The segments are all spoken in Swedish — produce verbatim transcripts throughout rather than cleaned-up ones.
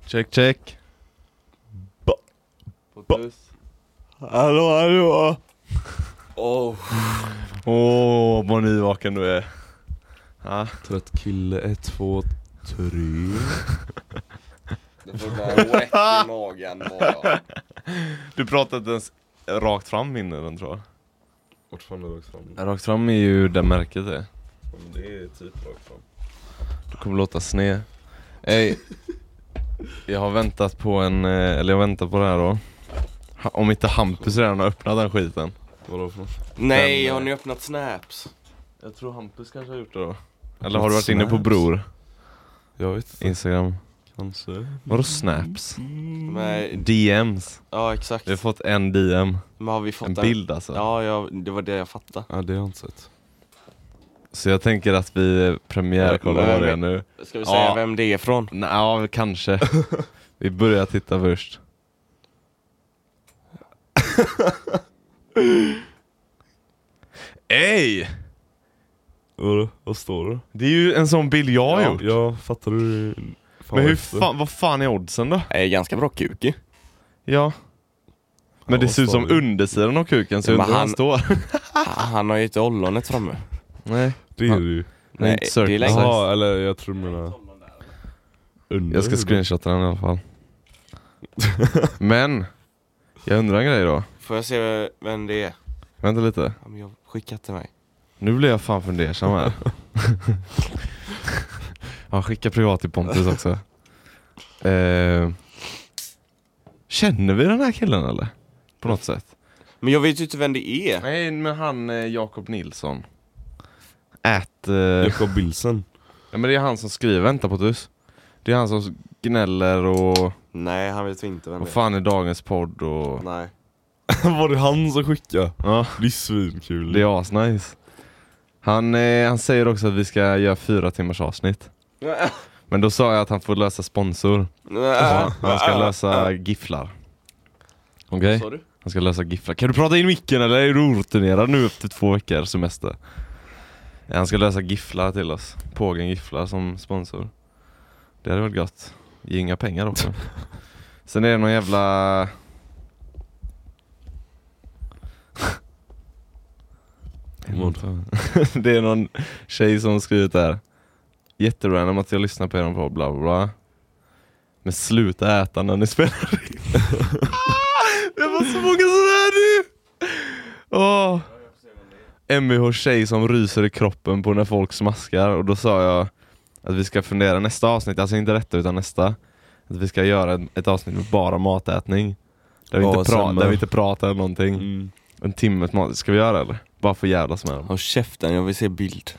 Check, check. Ba. Ba. Hallå, hallå. Åh, oh. oh, vad nyvaken du är. Ja. Trött kille, ett, två, tre. Det får bara wet i magen bara. Du pratade inte ens rakt fram innan den, tror jag. Vart fan är rakt fram? Rakt fram är ju där märket är. Ja, men det är typ rakt fram. Du kommer låta sned. Ej. Jag har väntat på en, eller jag väntar på det här då. Om inte Hampus redan har öppnat den skiten. Vadå för något? Nej, den, har ni öppnat Snaps? Jag tror Hampus kanske har gjort det då. Eller har du varit Snaps? Inne på Bror? Jag vet inte. Instagram. Kanske. Vadå Snaps? Men... D Ms. Ja, exakt. Vi har fått en D M. Men har vi fått en en bild alltså? Ja, ja, det var det jag fattade. Ja, det har jag inte sett. Så jag tänker att vi premiärkollar vad det är nu. Ska vi säga ja. Vem det är från? Nej, ja, kanske. Vi börjar titta först. Ej! Vad, vad står det? Det är ju en sån bild jag har ja, gjort. Ja, fattar du? Men hur fan, vad fan är oddsen då? Det är ganska bra kuki. Ja. Men ja, det ser ut som det? Undersidan av kuken, så ja, undrar han står. Han har ju inte ollonet framme. Nej. Det är det ju. Nej, det är länge. Jaha, eller jag tror menar under. Jag ska screenshotta den i alla fall. Men jag undrar en grej då. Får jag se vem det är? Vänta lite. Ja, men jag skickar till mig. Nu blir jag fan fundersam här. Ja, skicka privat till Pontus också. Eh, känner vi den här killen eller? På något sätt. Men jag vet ju inte vem det är. Nej, men han eh, Jakob Nilsson. Ät... Eh, Jakob Bilsen. Ja, men det är han som skriver. Vänta på tus. Det är han som gnäller och... Nej, han vet inte vem det är. Och fan är dagens podd och... Nej. Var det han som skickade? Ja. Det är svinkul. Det är asnice. Han, eh, han säger också att vi ska göra fyra timmars avsnitt. Men då sa jag att han får lösa sponsor. Ja, han ska lösa gifflar. Okej? Okay? Han ska lösa gifflar. Kan du prata in micken eller är du orutinerad nu efter två veckor semester? Ja, han ska lösa gifflar till oss. Pågen gifflar som sponsor. Det hade varit gott. Ge inga pengar också. Sen är det någon jävla... Det är någon tjej som skrivit där. Jätterandom att jag lyssnar på er på bla bla bla. Men sluta äta när ni spelar in. Det var så många sådär nu. Åh. M V H-tjej som ryser i kroppen på när folk smaskar. Och då sa jag att vi ska fundera nästa avsnitt, alltså inte detta utan nästa, att vi ska göra ett avsnitt med bara matätning. Där vi, oh, inte, pra- där vi inte pratar eller någonting. Mm. En timme mat. Ska vi göra eller? Bara för jävlas med dem. Håll käften, jag vill se bild.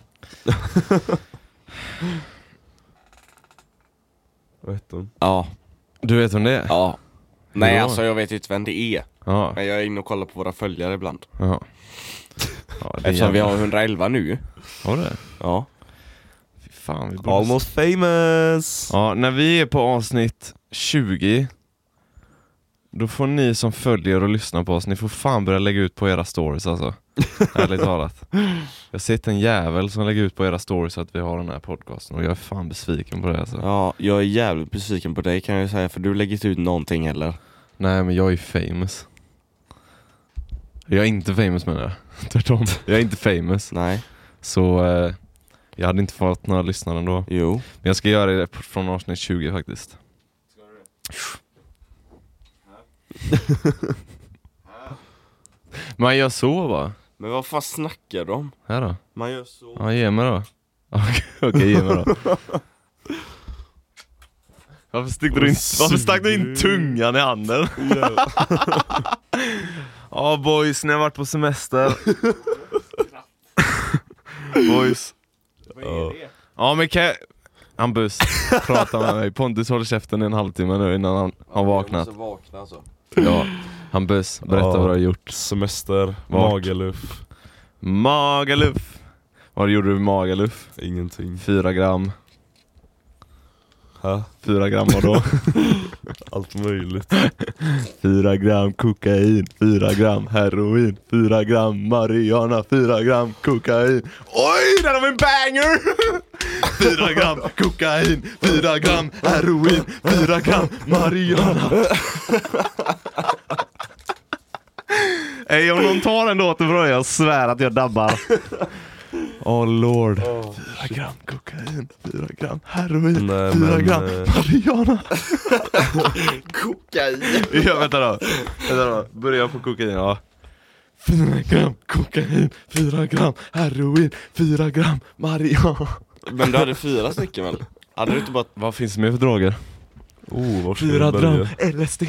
Vet du? Ja. Du vet vem det är? Ja. Nej, ja. Alltså jag vet inte vem det är. Ja. Men jag är inne och kollar på våra följare ibland. Ja. Ja, eftersom jävla... vi har hundraelva nu. Har det? Ja. Fy fan, vi borde... Almost famous. Ja, när vi är på avsnitt tjugo, då får ni som följer och lyssnar på oss, ni får fan börja lägga ut på era stories alltså. Ärligt talat. Jag har sett en jävel som lägger ut på era stories att vi har den här podcasten och jag är fan besviken på det alltså. Ja, jag är jävligt besviken på dig kan jag säga, för du lägger inte ut någonting heller. Nej, men jag är famous. Jag är inte famous menar jag. Tvärtom. Jag är inte famous. Nej. Så eh, jag hade inte fått några lyssnare ändå. Jo. Men jag ska göra det från avsnitt tjugo faktiskt. Ska du det? Man gör så va? Men vad fan snackar de om? Här då? Man gör så. Ja, ge mig då. Okej, okay, ge mig då. Varför stack du in, varför stack du in tungan i handen? Ja, oh, boys, ni har varit på semester. Boys. Vad är det? Ja, men kan jag... Hampus, prata med mig. Pontus håller käften i en halvtimme nu innan han har vaknat. Jag måste vakna alltså. Ja, Hampus, berätta ja, vad du har gjort. Semester, Vart? Magaluf. Magaluf. Vad gjorde du med Magaluf? Ingenting. Fyra gram. Ha? Fyra gram vad då? Allt möjligt. Fyra gram kokain, fyra gram heroin, fyra gram marijuana, fyra gram kokain. Oj, där har vi en banger! fyra gram kokain, fyra gram heroin, fyra gram marijuana. Ey, om någon tar en låt bra, jag svär att jag dabbar. Åh oh, lord. Oh, fyra gram kokain, fyra gram heroin, Nej, fyra men, gram eh... marijuana. Kokain. Ja, vänta då. Vänta då. Börja på kokain, ja. fyra gram kokain, fyra gram heroin, fyra gram marijuana. Men du hade fyra stycken väl? Hade du inte bara... Vad finns det mer för droger? Oh, var ska Fyra vi gram börja? L S D.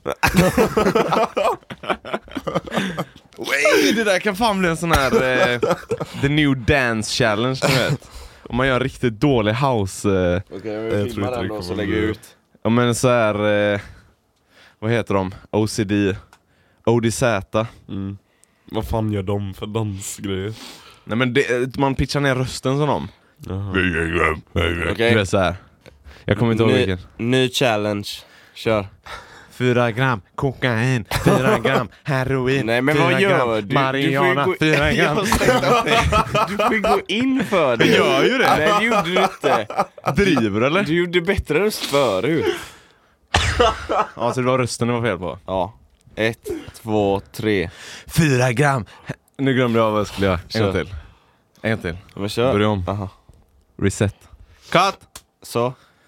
Wey, det där kan fan bli en sån här eh, The New Dance Challenge, du vet. Om man gör riktigt dålig house eh, Okej, okay, Jag vi tror filmar inte den det då så kommer lägger bli- jag ut. ja men så här eh, vad heter de? O C D, O D Z. Mm. Vad fan gör de för dansgrejer? Nej men det, man pitchar ner rösten som dem. Okej. Du vet så här. Jag kommer inte ihåg Ny, vilken. ny challenge. Kör. Fyra gram kokain, fyra gram heroin, Nej men fyra vad gör gram du? marijuana, du får fyra ju gram. gå... Du får ju gå in för det. Jag gör ju det. Nej det gjorde du inte. Driver du eller? Du gjorde bättre röst förut. Ja, så det var rösten det var fel på. Ja. Ett, två, tre. Fyra gram. Nu glömde jag vad jag skulle göra. En Kör. gång till. En gång till. Men kör. Börja om. Aha. Reset. Cut! Så.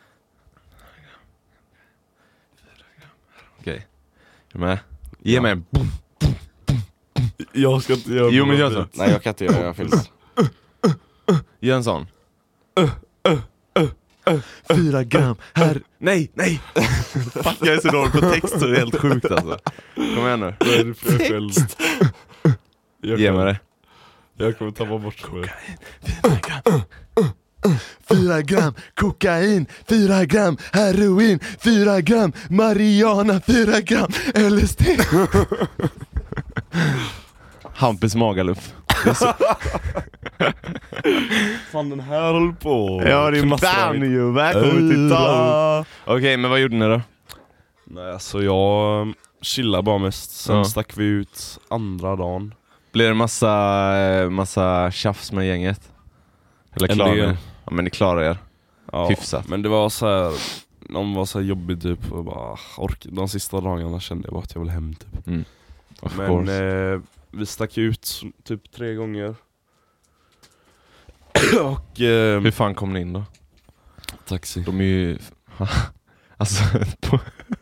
Okej. Är du med? Ge mig en boom. Jag ska inte göra Jo, men något gör så. bit. Nej jag kan inte göra jag filmar. Gör en sån. Fyra gram här. Nej, nej. Fuck, jag är så dålig på text så det är helt sjukt alltså. Kom igen nu. Vad är det för själv? Jag Ge kan- mig det. Jag kommer tappa bort mig. Fyra gram. Fyra gram kokain, fyra gram heroin, fyra gram marijuana, fyra gram L S D. Hampus Magaluf. Fan den här håller på. Ja, det är Knastrar fan mitt ju. Välkommen till town. öra. Okej, men vad gjorde ni då? Nej alltså jag chillar bara mest. Sen Ja. stack vi ut andra dagen. Blir det massa, eh, massa tjafs med gänget? Eller En klarar del. ni? Ja, men ni klarar er. Ja, Hyfsat. men det var så här. De var så här jobbig typ och bara ork. De sista dagarna kände jag bara att jag ville hem typ. Mm. Of Men course. eh, vi stack ut typ tre gånger. Och eh, Hur fan kom ni in då? taxi. De är ju... alltså... På...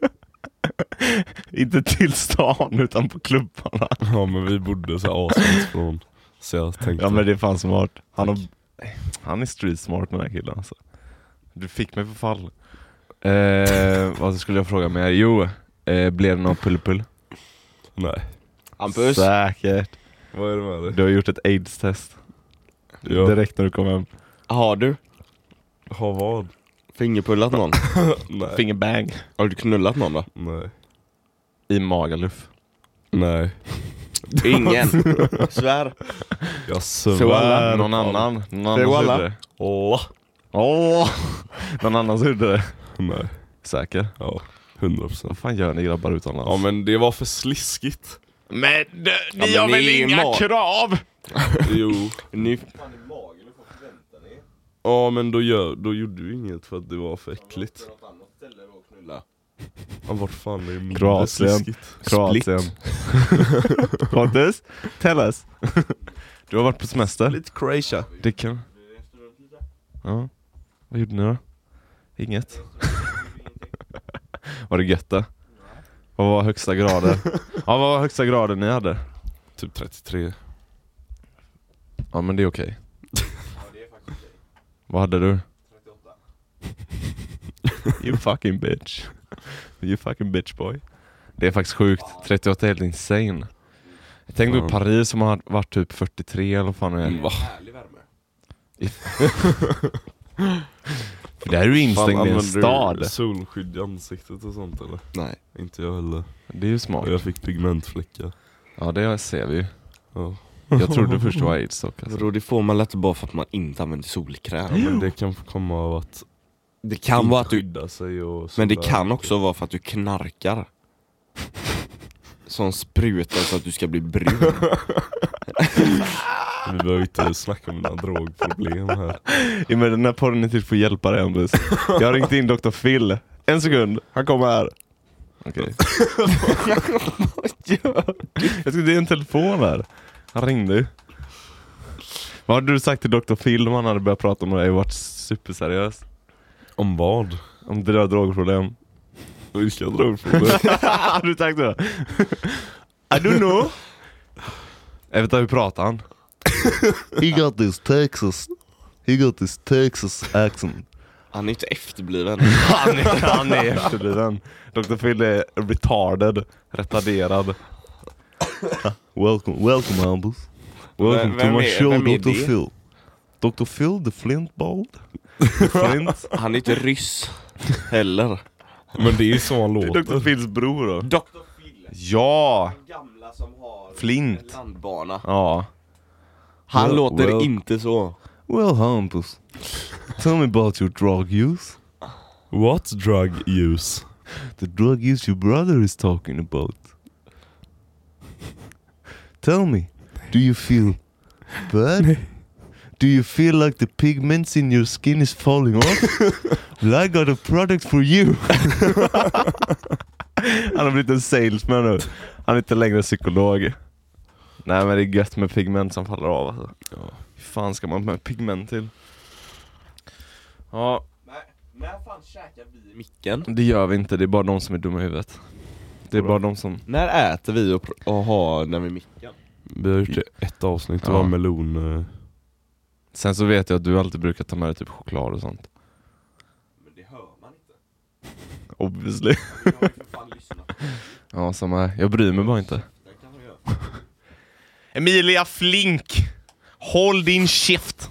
inte till stan utan på klubbarna. Ja men vi bodde så här asigt från. Så jag tänkte Ja men det är fan smart. Han, har... Han är street smart den här killen alltså. Du fick mig på fall. Eh, vad skulle jag fråga mer? Jo, eh, blev det någon pull-pull? nej. Hampus. Säkert. Vad är det med det? Du har gjort ett AIDS-test. Ja. Direkt när du kom hem. Har du Ha vad? fingerpullat någon? Nej. Fingerbang. Har du knullat någon då? Nej. I Magaluf. Nej. Ingen. Svär. Jag Så svär. alla- Någon på- annan. Någon Det annan var som alla. gjorde det. Åh. Åh! Någon annan som gjorde det. Nej. Säker. Ja. Hundra procent. Vad fan gör ni grabbar utomlands? Ja men det var för sliskigt. Men du, ni men har ni väl är inga ma- krav? Jo. Ni... Ja men då, gör, då gjorde du inget för att det var för äckligt. Ja vart fan är det mindre Kroatien. sliskigt? Kroatien. Pontus, tell us. Du har varit på semester. Lite Croatia. Dicken. Ja. Vad gjorde ni då? Inget. Var det gött då? Vad var högsta graden? Ja, vad var högsta graden ni hade? Typ trettiotre. Ja, men det är okej. Vad hade du? You fucking bitch. You fucking bitch boy. Det är faktiskt sjukt. trettioåtta är helt insane. Jag tänkte på Fan. Paris som har varit typ fyrtiotre eller vad fan det är. Mm, va? För det här är ju instängd i en använder stad. du solskydd i ansiktet och sånt eller? Nej. Inte jag heller. Det är ju smart. Och jag fick pigmentfläckar. Ja, det ser vi ju. Ja. Jag trodde först det var AIDS dock. Alltså. Vadå, det får man lätt bara för att man inte använder solkräm. Ja, men det kan komma av att Det kan vara att du... skydda sig och Men det sådär. kan också vara för att du knarkar. sån spruta så att du ska bli brun. Vi behöver inte snacka om några drogproblem här. Ja, men den här podden är till för att hjälpa dig, Ambus. Jag har ringt in doktor Phil. En sekund, han kommer här. Okej. Jag skulle det är en telefon här. Han ringde ju. Vad hade du sagt till doktor Phil om han hade börjat prata om det och varit superseriös? Om vad? Om dina drogproblem. Vilka drogproblem? Har du sagt det? I don't know. Jag vet inte, hur pratar han? He got this Texas. He got this Texas accent. Han är inte efterbliven. Han är, han är efterbliven. doktor Phil är retarded. Retarderad. Welcome, welcome Ambus. Welcome Vem- to vem my är- show, vem är doktor det? Phil. doktor Phil, the Flint Bold. The Flint. Han är inte ryss heller. Men det är så han Det är låter. doktor Phils bror då. doktor Phil. Ja! Den gamla som har Flint. landbana. Ja. Han Well, låter well. inte så. Well, Hampus, tell me about your drug use. What drug use? The drug use your brother is talking about. Tell me, do you feel bad? Do you feel like the pigments in your skin is falling off? Well, I got a product for you. Han har blivit en salesman nu. Han är inte längre psykolog. Nej, men det är gött med pigment som faller av alltså. Ja. Hur fan ska man med pigment till? Ja, Nej, när fan käkar vi i micken? det gör vi inte. Det är bara de som är dumma i huvudet. Det är bara de som... När äter vi och, pr- och har när vi micken? Vi har gjort det ett avsnitt, det Ja. var melon. eh, Sen så vet jag att du alltid brukar ta med dig typ choklad och sånt. Men det hör man inte. Obviously. Jag har ju för fan lyssnat. Ja, samma här. Jag bryr mig bara inte. Det kan man göra. Emilia Flink! Håll din käft!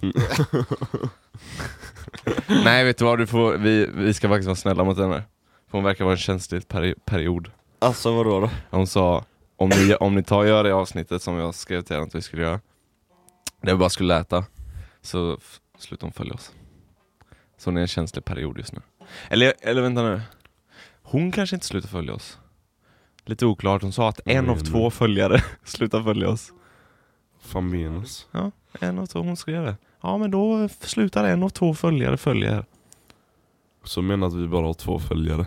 Nej, vet du vad? Du får, vi, vi ska faktiskt vara snälla mot henne. För hon verkar vara en känslig peri- period. Alltså vadå då? Hon sa, om ni, om ni tar och gör det avsnittet som jag skrev till henne att vi skulle göra, det vi bara skulle äta, så f- slutar hon följa oss. Så hon är en känslig period just nu. Eller, eller vänta nu. Hon kanske inte slutar följa oss. Lite oklart. Hon sa att en av Mm. två följare slutar följa oss. Fan menas. Ja, en av två hon skrev det. Ja, men då slutar en av två följare följa. Så menar att vi bara har två följare.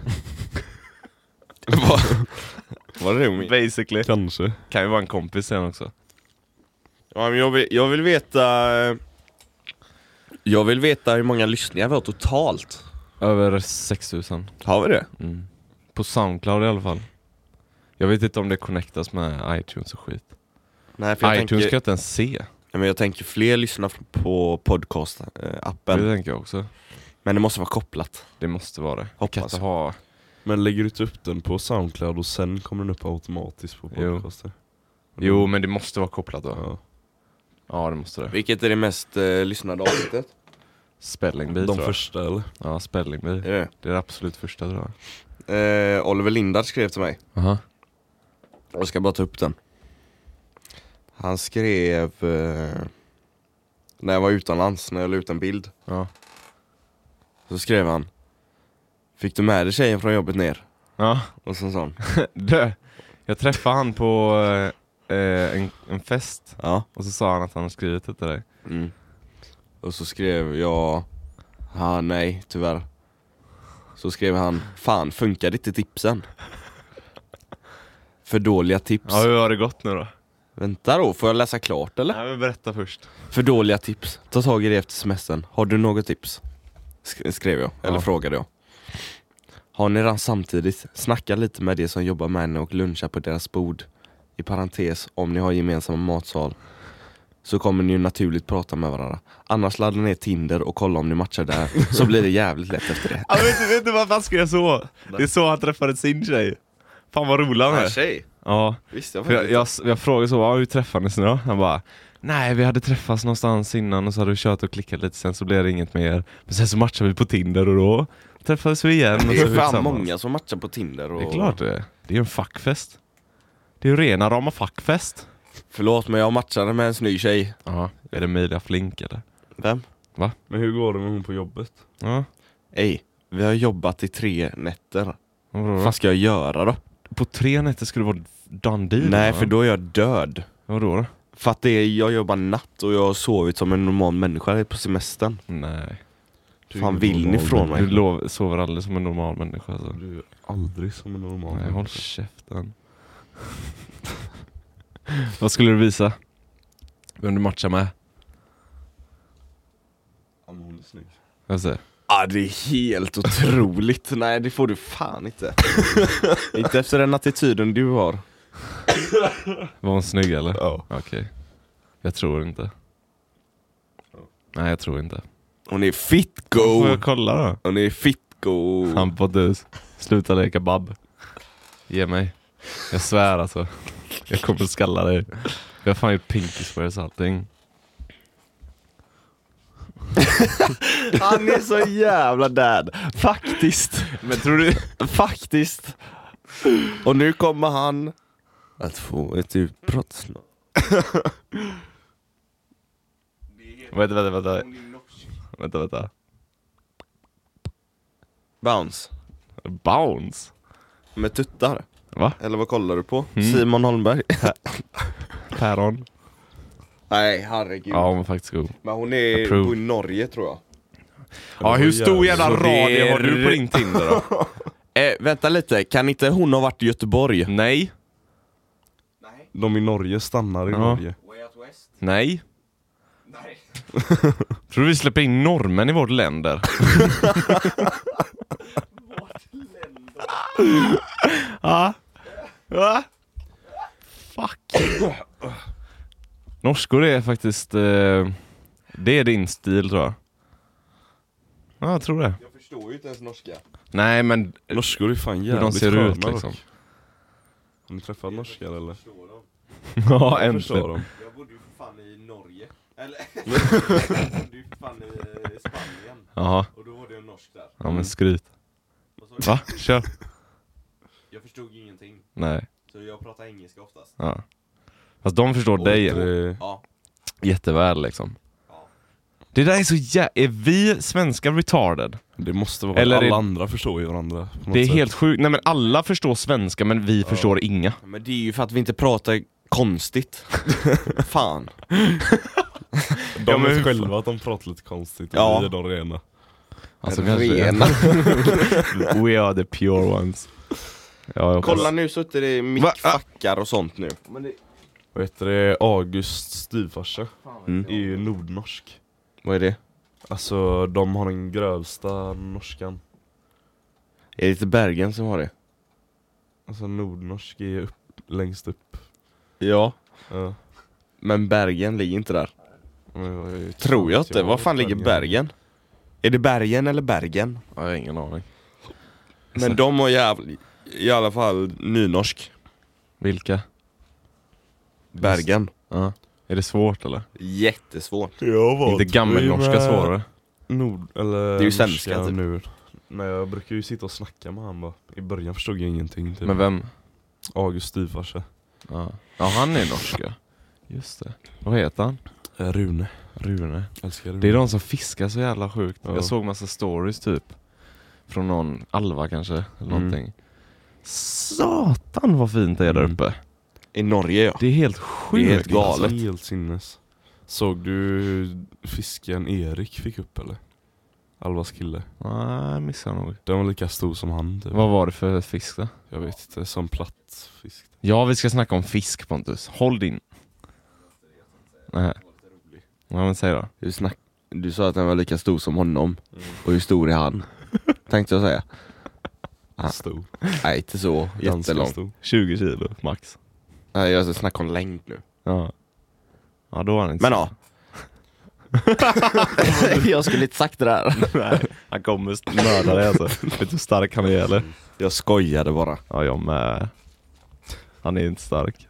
Var det det hon menade? Basically. Kanske. Kan ju vara en kompis sen också. Ja, men jag vill, jag vill veta eh, Jag vill veta hur många lyssningar vi har totalt. Över sex tusen. Har vi det? Mm. På Soundcloud i alla fall. Jag vet inte om det connectas med iTunes och skit. Nej, för jag iTunes tänker, ska jag inte ens se. ja, men jag tänker fler lyssnar på podcast-appen. Det tänker jag också. Men det måste vara kopplat. Det måste vara det. Vi Hoppas kan inte jag. ha... Men lägger du inte upp den på Soundcloud och sen kommer den upp automatiskt på Jo. podcaster? Jo, men det måste vara kopplat då. Ja. Ja, det måste det. Vilket är det mest eh, lyssnade avsnittet? Spelling Bee, De tror jag. första eller? Ja, Spelling Bee. Är det? Det är det absolut första, tror jag. Eh, Oliver Lindard skrev till mig. Aha. Jag ska bara ta upp den. Han skrev eh, när jag var utomlands, när jag la ut en bild. Ja. Så skrev han: fick du med dig tjejen från jobbet ner? Ja. Och så sa han: Dö. Jag träffade han på eh, en, en fest. ja. Och så sa han att han hade skrivit det till dig. Mm. Och så skrev jag: ja, nej, tyvärr. Så skrev han: fan, funkar inte tipsen? För dåliga tips. Ja, hur har det gått nu då? Vänta då, får jag läsa klart eller? Nej, men berätta först. För dåliga tips. Ta tag i det efter semestern. Har du något tips? Sk- skrev jag, eller Ja. frågade jag. Har ni redan samtidigt? Snacka lite med de som jobbar med henne och luncha på deras bord. I parentes, om ni har gemensamma matsal, så kommer ni ju naturligt prata med varandra. Annars ladda ner Tinder och kolla om ni matchar där. Så blir det jävligt lätt efter det. Ja, vet, du, vet du varför han skrev så? Det är så han träffade sin tjej. Fan vad rolig han är. tjej? Ja. Visst, jag För jag, jag, jag frågade så, ja, hur träffades ni då? Han bara, nej, vi hade träffats någonstans innan och så hade vi kört och klickat lite, sen så blev det inget mer. Men sen så matchade vi på Tinder och då träffades vi igen. Och Det så är vi fan tillsammans. många som matchar på Tinder och... Det är klart det är. Det är ju en fuckfest. Det är ju rena rama fuckfest. Förlåt, men jag matchade med en snygg tjej. Ja, är det Emilia Flink eller? Vem? Men hur går det med hon på jobbet? Ja, Ej, vi har jobbat i tre nätter. vadå Vad då? fan ska jag göra då? På tre nätter skulle det vara done deal? Nej, va? för då är jag död. Vadå då? För att det är, jag jobbar natt och jag har sovit som en normal människa på semestern. Nej. Du är Fan en vill ni normal från människa. mig? Du lov, sover aldrig som en normal människa alltså. Du är aldrig som en normal Nej, håll människa. käften. Vad skulle du visa? Vem du matchar med? Ja, men hon är snygg. Jag säger. Ja, det är helt otroligt. Nej, det får du fan inte. Inte efter den attityden du har. Var hon snygg eller? Ja. Okej. Jag tror inte. Nej, jag tror inte. Hon är fit Får go. jag kolla då? Hon är fit go. Hampus, sluta leka babb. Ge mig. Jag svär alltså. Jag kommer att skalla dig. Jag har fan gjort pinky swears och allting. Han är så jävla dad. Faktiskt. Men tror du... Faktiskt. Och nu kommer han att få ett utbrott snart. Vänta, vänta, vänta. Vänta, vänta. Bounce. Bounce? Med tuttar. Va? Eller vad kollar du på? Mm. Simon Holmberg. Päron? Nej, herregud. Ja, hon var faktiskt god. Men hon är Approve. på i Norge tror jag. Ja, hur stor jävla Så det radie är- har du på din Tinder då? Eh, vänta lite, kan inte hon ha varit i Göteborg? Nej. De i Norge stannar i Ja. Norge. Nej. Tror du vi släpper in normen i vårt länder? Ja. Va? Fuck. Norskor är faktiskt eh, det är din stil tror jag. Ja, jag tror det. Jag förstår ju inte ens norska. Nej, men Norskor är fan hur jävligt de ser sköna ut liksom. dock. Har ni träffat norskar eller? Ja, Jag förstår äntligen. dem. Jag bodde ju för fan i Norge. Eller, jag bodde ju för fan i Spanien. Jaha, Och då var det en norsk där. ja men skryt. Och så, Va? Kör. jag förstod ingenting. Nej, Så jag pratar engelska oftast. ja. Fast de förstår dig Det, Ja. jätteväl liksom. Ja. Det där är så jä... Är vi svenskar retarded? det måste vara Eller alla är- andra förstår ju varandra på något Det är sätt. helt sjukt. Nej men alla förstår svenska men vi förstår inga. Men det är ju för att vi inte pratar konstigt. Fan. De Ja, men vet hur själva att de pratar lite konstigt och Ja. vi är de rena. Alltså Rena. kanske. We are the pure ones. Ja, jag Kolla nu så att det är mickfackar och sånt nu. Men det... Vad heter det? August styvfarsa Mm. är ju nordnorsk. Vad är det? Alltså de har den grövsta norskan. Är det inte Bergen som har det? Alltså nordnorsk är upp, längst upp. Ja. Ja. Men Bergen ligger inte där. Men jag är- Tror jag inte. jag Var fan vet ligger Bergen? Är det Bergen eller Bergen? Jag har ingen aning. Men de har jävla, i alla fall nynorsk. Vilka? Bergen. Ja. Är det svårt eller? Jättesvårt. Jag var Inte gammelnorska svårare. Nord, eller Det är ju svenska, norska typ. nu. Nej, jag brukar ju sitta och snacka med han bara. I början förstod jag ingenting typ. Men vem? August styvfarsa. Ja. Ja, han är norska. Just det. Vad heter han? Eh, Rune. Rune. Älskar Rune. Det är de som fiskar så jävla sjukt. Ja. Jag såg massa stories typ. Från någon Alva kanske. Eller Mm. någonting. Satan vad fint det är där Mm. uppe. I Norge ja. Det är helt sjukt. Det är helt galet. Alltså, helt sinnes. Såg du hur fisken Erik fick upp eller? Alvas kille. Nej, jag missar nog. Den var lika stor som han typ. Vad var det för fisk då? Jag vet inte, som platt fisk. Ja, vi ska snacka om fisk, Pontus. Håll din. Nej. Ja, men säg då. Du, snack... du sa att den var lika stor som honom. Och hur stor är han? Tänkte jag säga. Ah. Stor. Nej, inte så Ganska jättelång. stor. tjugo kilo max. Nej, jag ska snacka om längd nu. Ja. Ja, då var han inte Men ja. Jag skulle inte sagt det där. Nej, han kommer mörda dig alltså. Vet du hur stark han är eller? Jag skojade bara. Ja, jag med. Han är inte stark.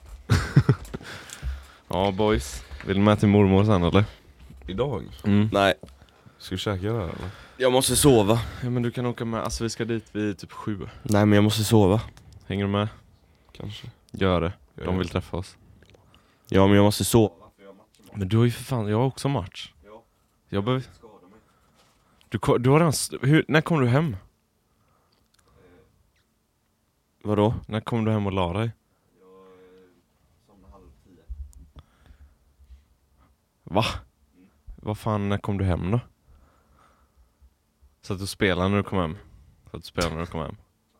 Ja, boys. Vill du med till mormor sen eller? Idag? Mm. Nej, Ska vi käka det här eller? jag måste sova. Ja, men du kan åka med. Alltså vi ska dit vid typ sju. Nej, men jag måste sova. Hänger du med? Kanske. Gör det. Gör De det. vill träffa oss. Ja, men jag måste sova. Men du har ju för fan, jag har också match. Jag behöver... Du, ko- du har redan... s- Hur, när kommer du hem? Vadå? När kommer du hem och la dig? Va? Vad fan, när kom du hem då? Så att du spelar när du kom hem. Så att du spelar när du kom hem.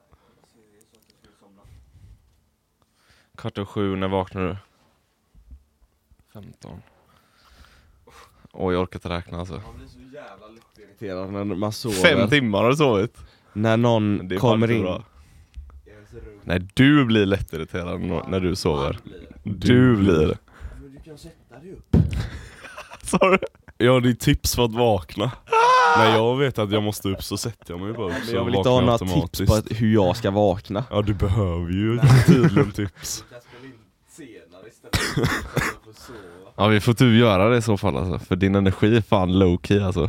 Kvart och sju, när vaknar du? femton. Oj, jag orkar inte räkna alltså. Man blir så jävla irriterad när man sover. Fem timmar har du sovit. När någon Det är kommer fan in. bra. Nej, du blir lättirriterad n- när du sover. Du blir det. Du kan sätta dig upp. Sorry. Ja, det är tips för att vakna. När jag vet att jag måste upp så sätter jag mig bara upp. Men Så jag vill inte vaknar ha några automatiskt. tips på att, hur jag ska vakna. Ja, du behöver ju tydligen tips. Ja, vi får typ göra det i så fall alltså. För din energi är fan low key alltså.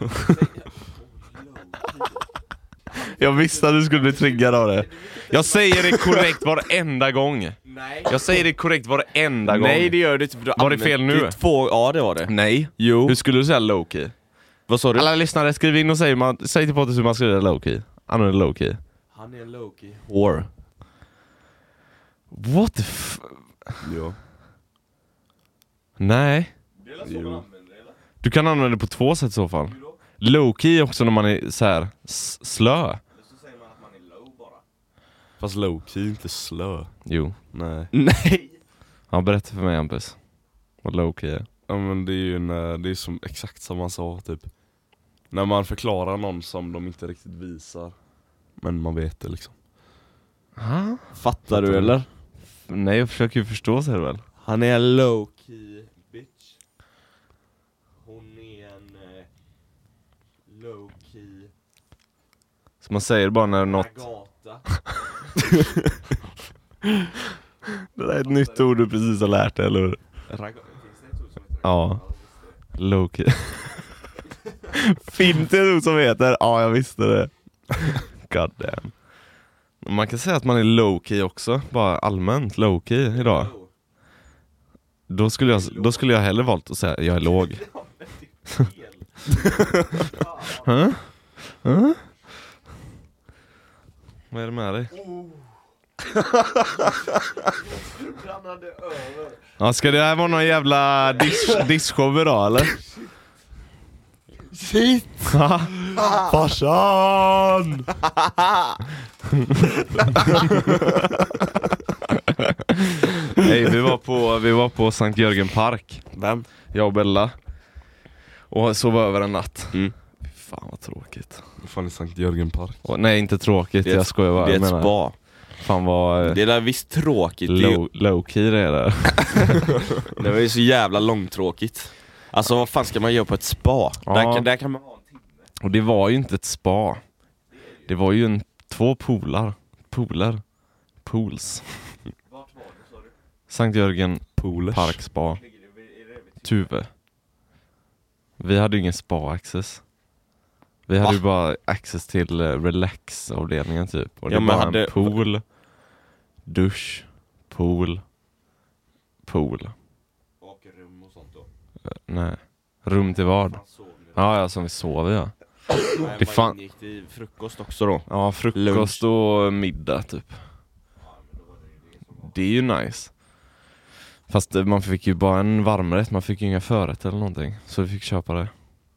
Jag visste att du skulle bli triggad av det. Jag säger det korrekt varenda gång. Nej. Jag säger det korrekt varenda gång. Nej, det gör du inte. För du Var det fel nu? det två, ja, det var det. Nej. Jo. Hur skulle du säga low key? Vad sa du? Alla lyssnare, skriv in och säg, man, säg till Pontus hur man skriver low key. Använder low key. Han är low-key. Or. What the f... Ja. Nej. Jo. Du kan använda det på två sätt i så fall. Low key också när man är så här s- slö. Fast low-key är inte slö. Jo. Nej. Nej. Ja, berätta för mig, Hampus. Vad low key är. Ja, men det är ju när, det är som exakt som man sa typ. När man förklarar någon som de inte riktigt visar. Men man vet det liksom. Ha? Fattar du eller? Nej, jag försöker ju förstå, säger du väl. Han är en low-key bitch. Hon är en eh, low-key Så man säger bara när något... Agata. Det där är ett nytt ord du precis har lärt dig, eller hur? Ragata. Finns det ett ord som heter Ja. Low key. Finns det ett ord som heter? Ja, jag visste det. God damn. Man kan säga att man är low key också. Bara allmänt low key idag. Då skulle jag, då skulle jag hellre valt att säga jag är låg. Huh? Huh? Vad är det med dig? Ja, ska det här vara någon jävla dish, diskshow idag, eller? Shit! Farsan! Hej, vi var på vi var på Sankt Jörgen Park. Vem? Jag och Bella. Och sov över en natt. Mm. Fy fan vad tråkigt. Vad fan är Sankt Jörgen Park? Och, nej, inte tråkigt. Det är ett- jag skojar bara. Det är ett Jag menar, spa. Fan vad Det är där visst tråkigt. Det, är ju, low, low key det är där. det var ju så jävla långtråkigt. Alltså vad fan ska man göra på ett spa? Ja. Där, kan, där kan man ha en timme. Och det var ju inte ett spa. Det var ju en, två poolar. Pooler. Pools. Vart var det, sa du? Sankt Jörgen Polers. Park Spa. Ligger det, är det, Tuve. Vi hade ju ingen spa-access. Vi hade Va? ju bara access till uh, relax-avdelningen typ. Och det Ja, var men bara hade- en pool, dusch, pool, pool. och rum och sånt då? Uh, nej. Rum till vad? Fan, sov ni? Ja, ja, som vi sov ja. Nej, det vad fan- ingick det i frukost också då? Ja, frukost och middag typ. Det är ju nice. Fast eh, man fick ju bara en varmrätt, man fick ju inga förrätt eller någonting. Så vi fick köpa det.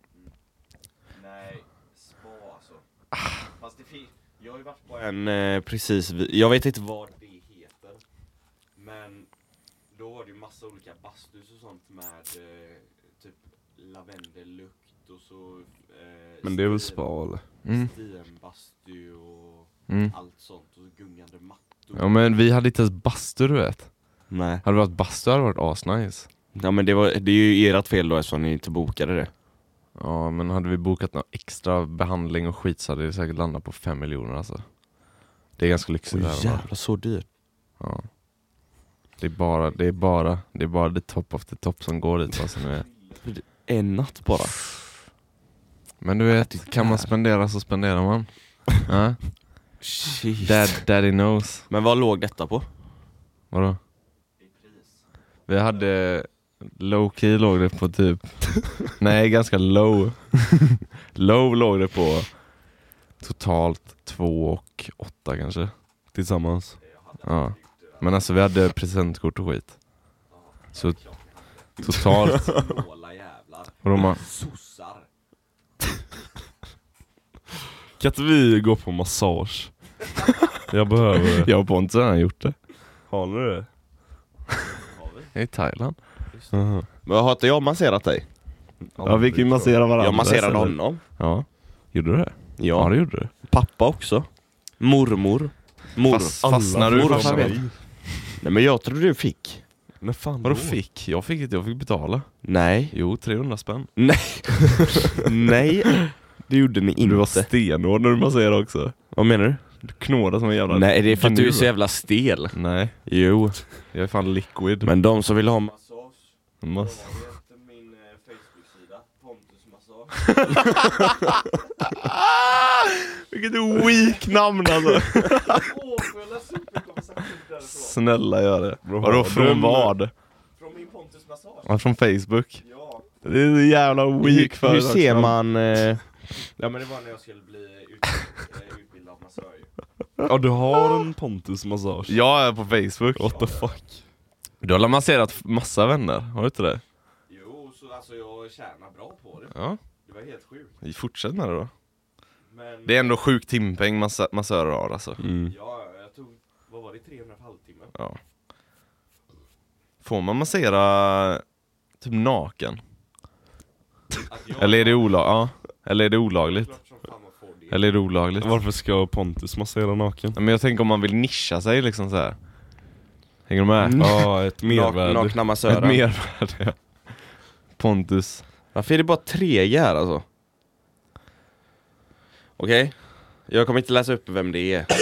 Nej, spa alltså. Fast det fin- jag har ju varit på en eh, precis, vid- jag vet inte vad det heter. Men då var det ju massa olika bastus och sånt med eh, typ lavendellukt och så eh, Men det är väl sten- spa eller? Mm. stenbastu och Mm. allt sånt och gungande mattor. Ja, men vi hade inte ens bastu, du vet. Nej. Hade det varit bastu hade det varit asnice. Ja men det, var, det är ju ert fel då eftersom ni inte bokade det. Ja, men hade vi bokat någon extra behandling och skit så hade det säkert landat på fem miljoner alltså. Det är ganska lyxigt Åh här. va? jävlar, så dyrt. Ja. Det är bara, det är bara, det är bara the top of the top som går dit alltså, nu är. En natt bara. Men du vet, kan man spendera så spenderar man. Ja. Shit. Dad, daddy knows. Men vad låg detta på? Vadå? Vi hade low key låg det på typ nej, ganska low. Low låg det på totalt två och åtta kanske. Tillsammans. Ja. Men alltså vi hade presentkort och skit. Så, Totalt. Snåla jävlar. Vadå, man? Sossar. Kan inte vi gå på massage? Jag behöver... Jag och Pontus har redan gjort det. Har ni det? I Thailand. Uh-huh. Men har inte jag masserat dig? Ja, vi kan ju massera varandra. Jag masserade istället. honom. Ja. Gjorde du det? Ja, Ja, det gjorde du. pappa också. Mormor. Mor. Fast, fastnar du Morfar första vet. gången? Nej, men jag trodde du fick. När fan Vadå då? fick? Jag fick inte, jag fick betala. Nej. Jo, trehundra spänn. Nej. Nej. Det gjorde ni inte. Du var stenhård när du masserade också. Vad menar du? Du knådade som en jävla... Nej, det är för att du är gnu. så jävla stel. Nej, Jo. jag är fan liquid. Men de som vill ha massage, Mass... min Facebook-sida, Pontus massage. Vilket weak namn alltså. Snälla gör det. Vadå från vad? Från min Pontus massage. Ja, från Facebook. Ja. Det är så jävla weak Hur, hur ser företagsnamn. man... Eh... Ja, men det var när jag skulle bli ut, utbildad massör. Ja, du har en Pontus massage. Jag är på Facebook. What the fuck? Du har masserat massa vänner, har du inte det? Jo, så alltså jag tjänar bra på det. Ja. Det var helt sjukt. Vi fortsätter med det då. Men... Det är ändå sjuk timpeng massa, massörer har alltså. Mm. Ja, jag tog... Vad var det? trehundra för halvtimme? Ja. Får man massera typ naken? Eller är det olagligt? Ja. Eller är det olagligt? Eller är det olagligt? Varför ska Pontus massera naken? Ja, men jag tänker om man vill nischa sig liksom så här. Hänger du med? Ja, ett mervärde. Nakna Ett massörer. mervärde, ja. Pontus. Varför är det bara tre här alltså? Okej. Jag kommer inte läsa upp vem det är.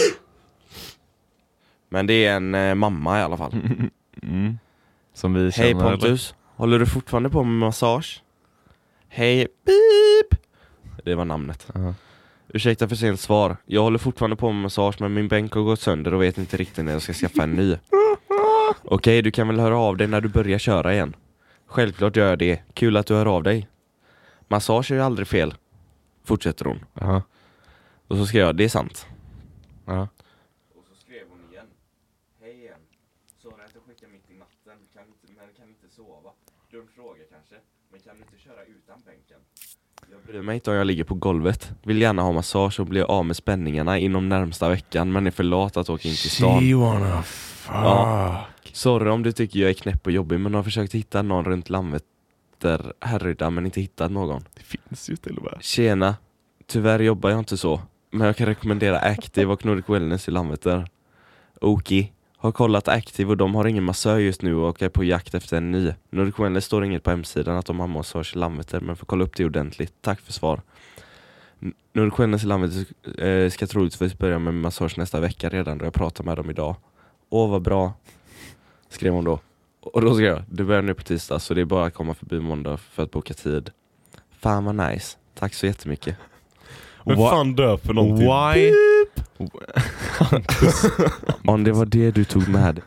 Men det är en eh, mamma i alla fall. Mm. Som vi Hej känner. Pontus. Håller du fortfarande på med massage? Hej Beep. Det var namnet. Aha. Ursäkta för sent svar. Jag håller fortfarande på med massage, men min bänk har gått sönder och vet inte riktigt när jag ska skaffa en ny. Okej, du kan väl höra av dig när du börjar köra igen. Självklart gör jag det. Kul att du hör av dig. Massage är ju aldrig fel. Fortsätter hon. Aha. Och så skrev jag, det är sant. Ja. Och så skrev hon igen. Hej igen. Sorry att jag skickar mitt i natten. Kan inte, men kan inte sova. Dum fråga kanske. Men kan du inte köra utan bänken? Jag bryr mig inte om jag ligger på golvet. Vill gärna ha massage och bli av med spänningarna inom närmsta veckan. Men är för lat att åka in till stan. She wanna fuck. Ja. Sorry om du tycker jag är knäpp och jobbig, men har försökt hitta någon runt Landvetter, Härryda, men inte hittat någon. Det finns ju till och med. Tjena. Tyvärr jobbar jag inte så. Men jag kan rekommendera Active och Nordic Wellness i Landvetter. Okej. Har kollat Active och de har ingen massör just nu och är på jakt efter en ny. Nordic Wellness står inget på hemsidan att de har massage i Landvetter, men får kolla upp det ordentligt. Tack för svar. N- Nordic Wellness i Landvetter eh, ska troligtvis börja med massage nästa vecka redan, då jag pratar med dem idag. Åh, vad bra. Skrev hon då. Och då skrev jag, det börjar nu på tisdag, så det är bara att komma förbi måndag för att boka tid. Fan vad nice. Tack så jättemycket. Vem Wha- fan döper någonting? Why? Om det var det du tog med.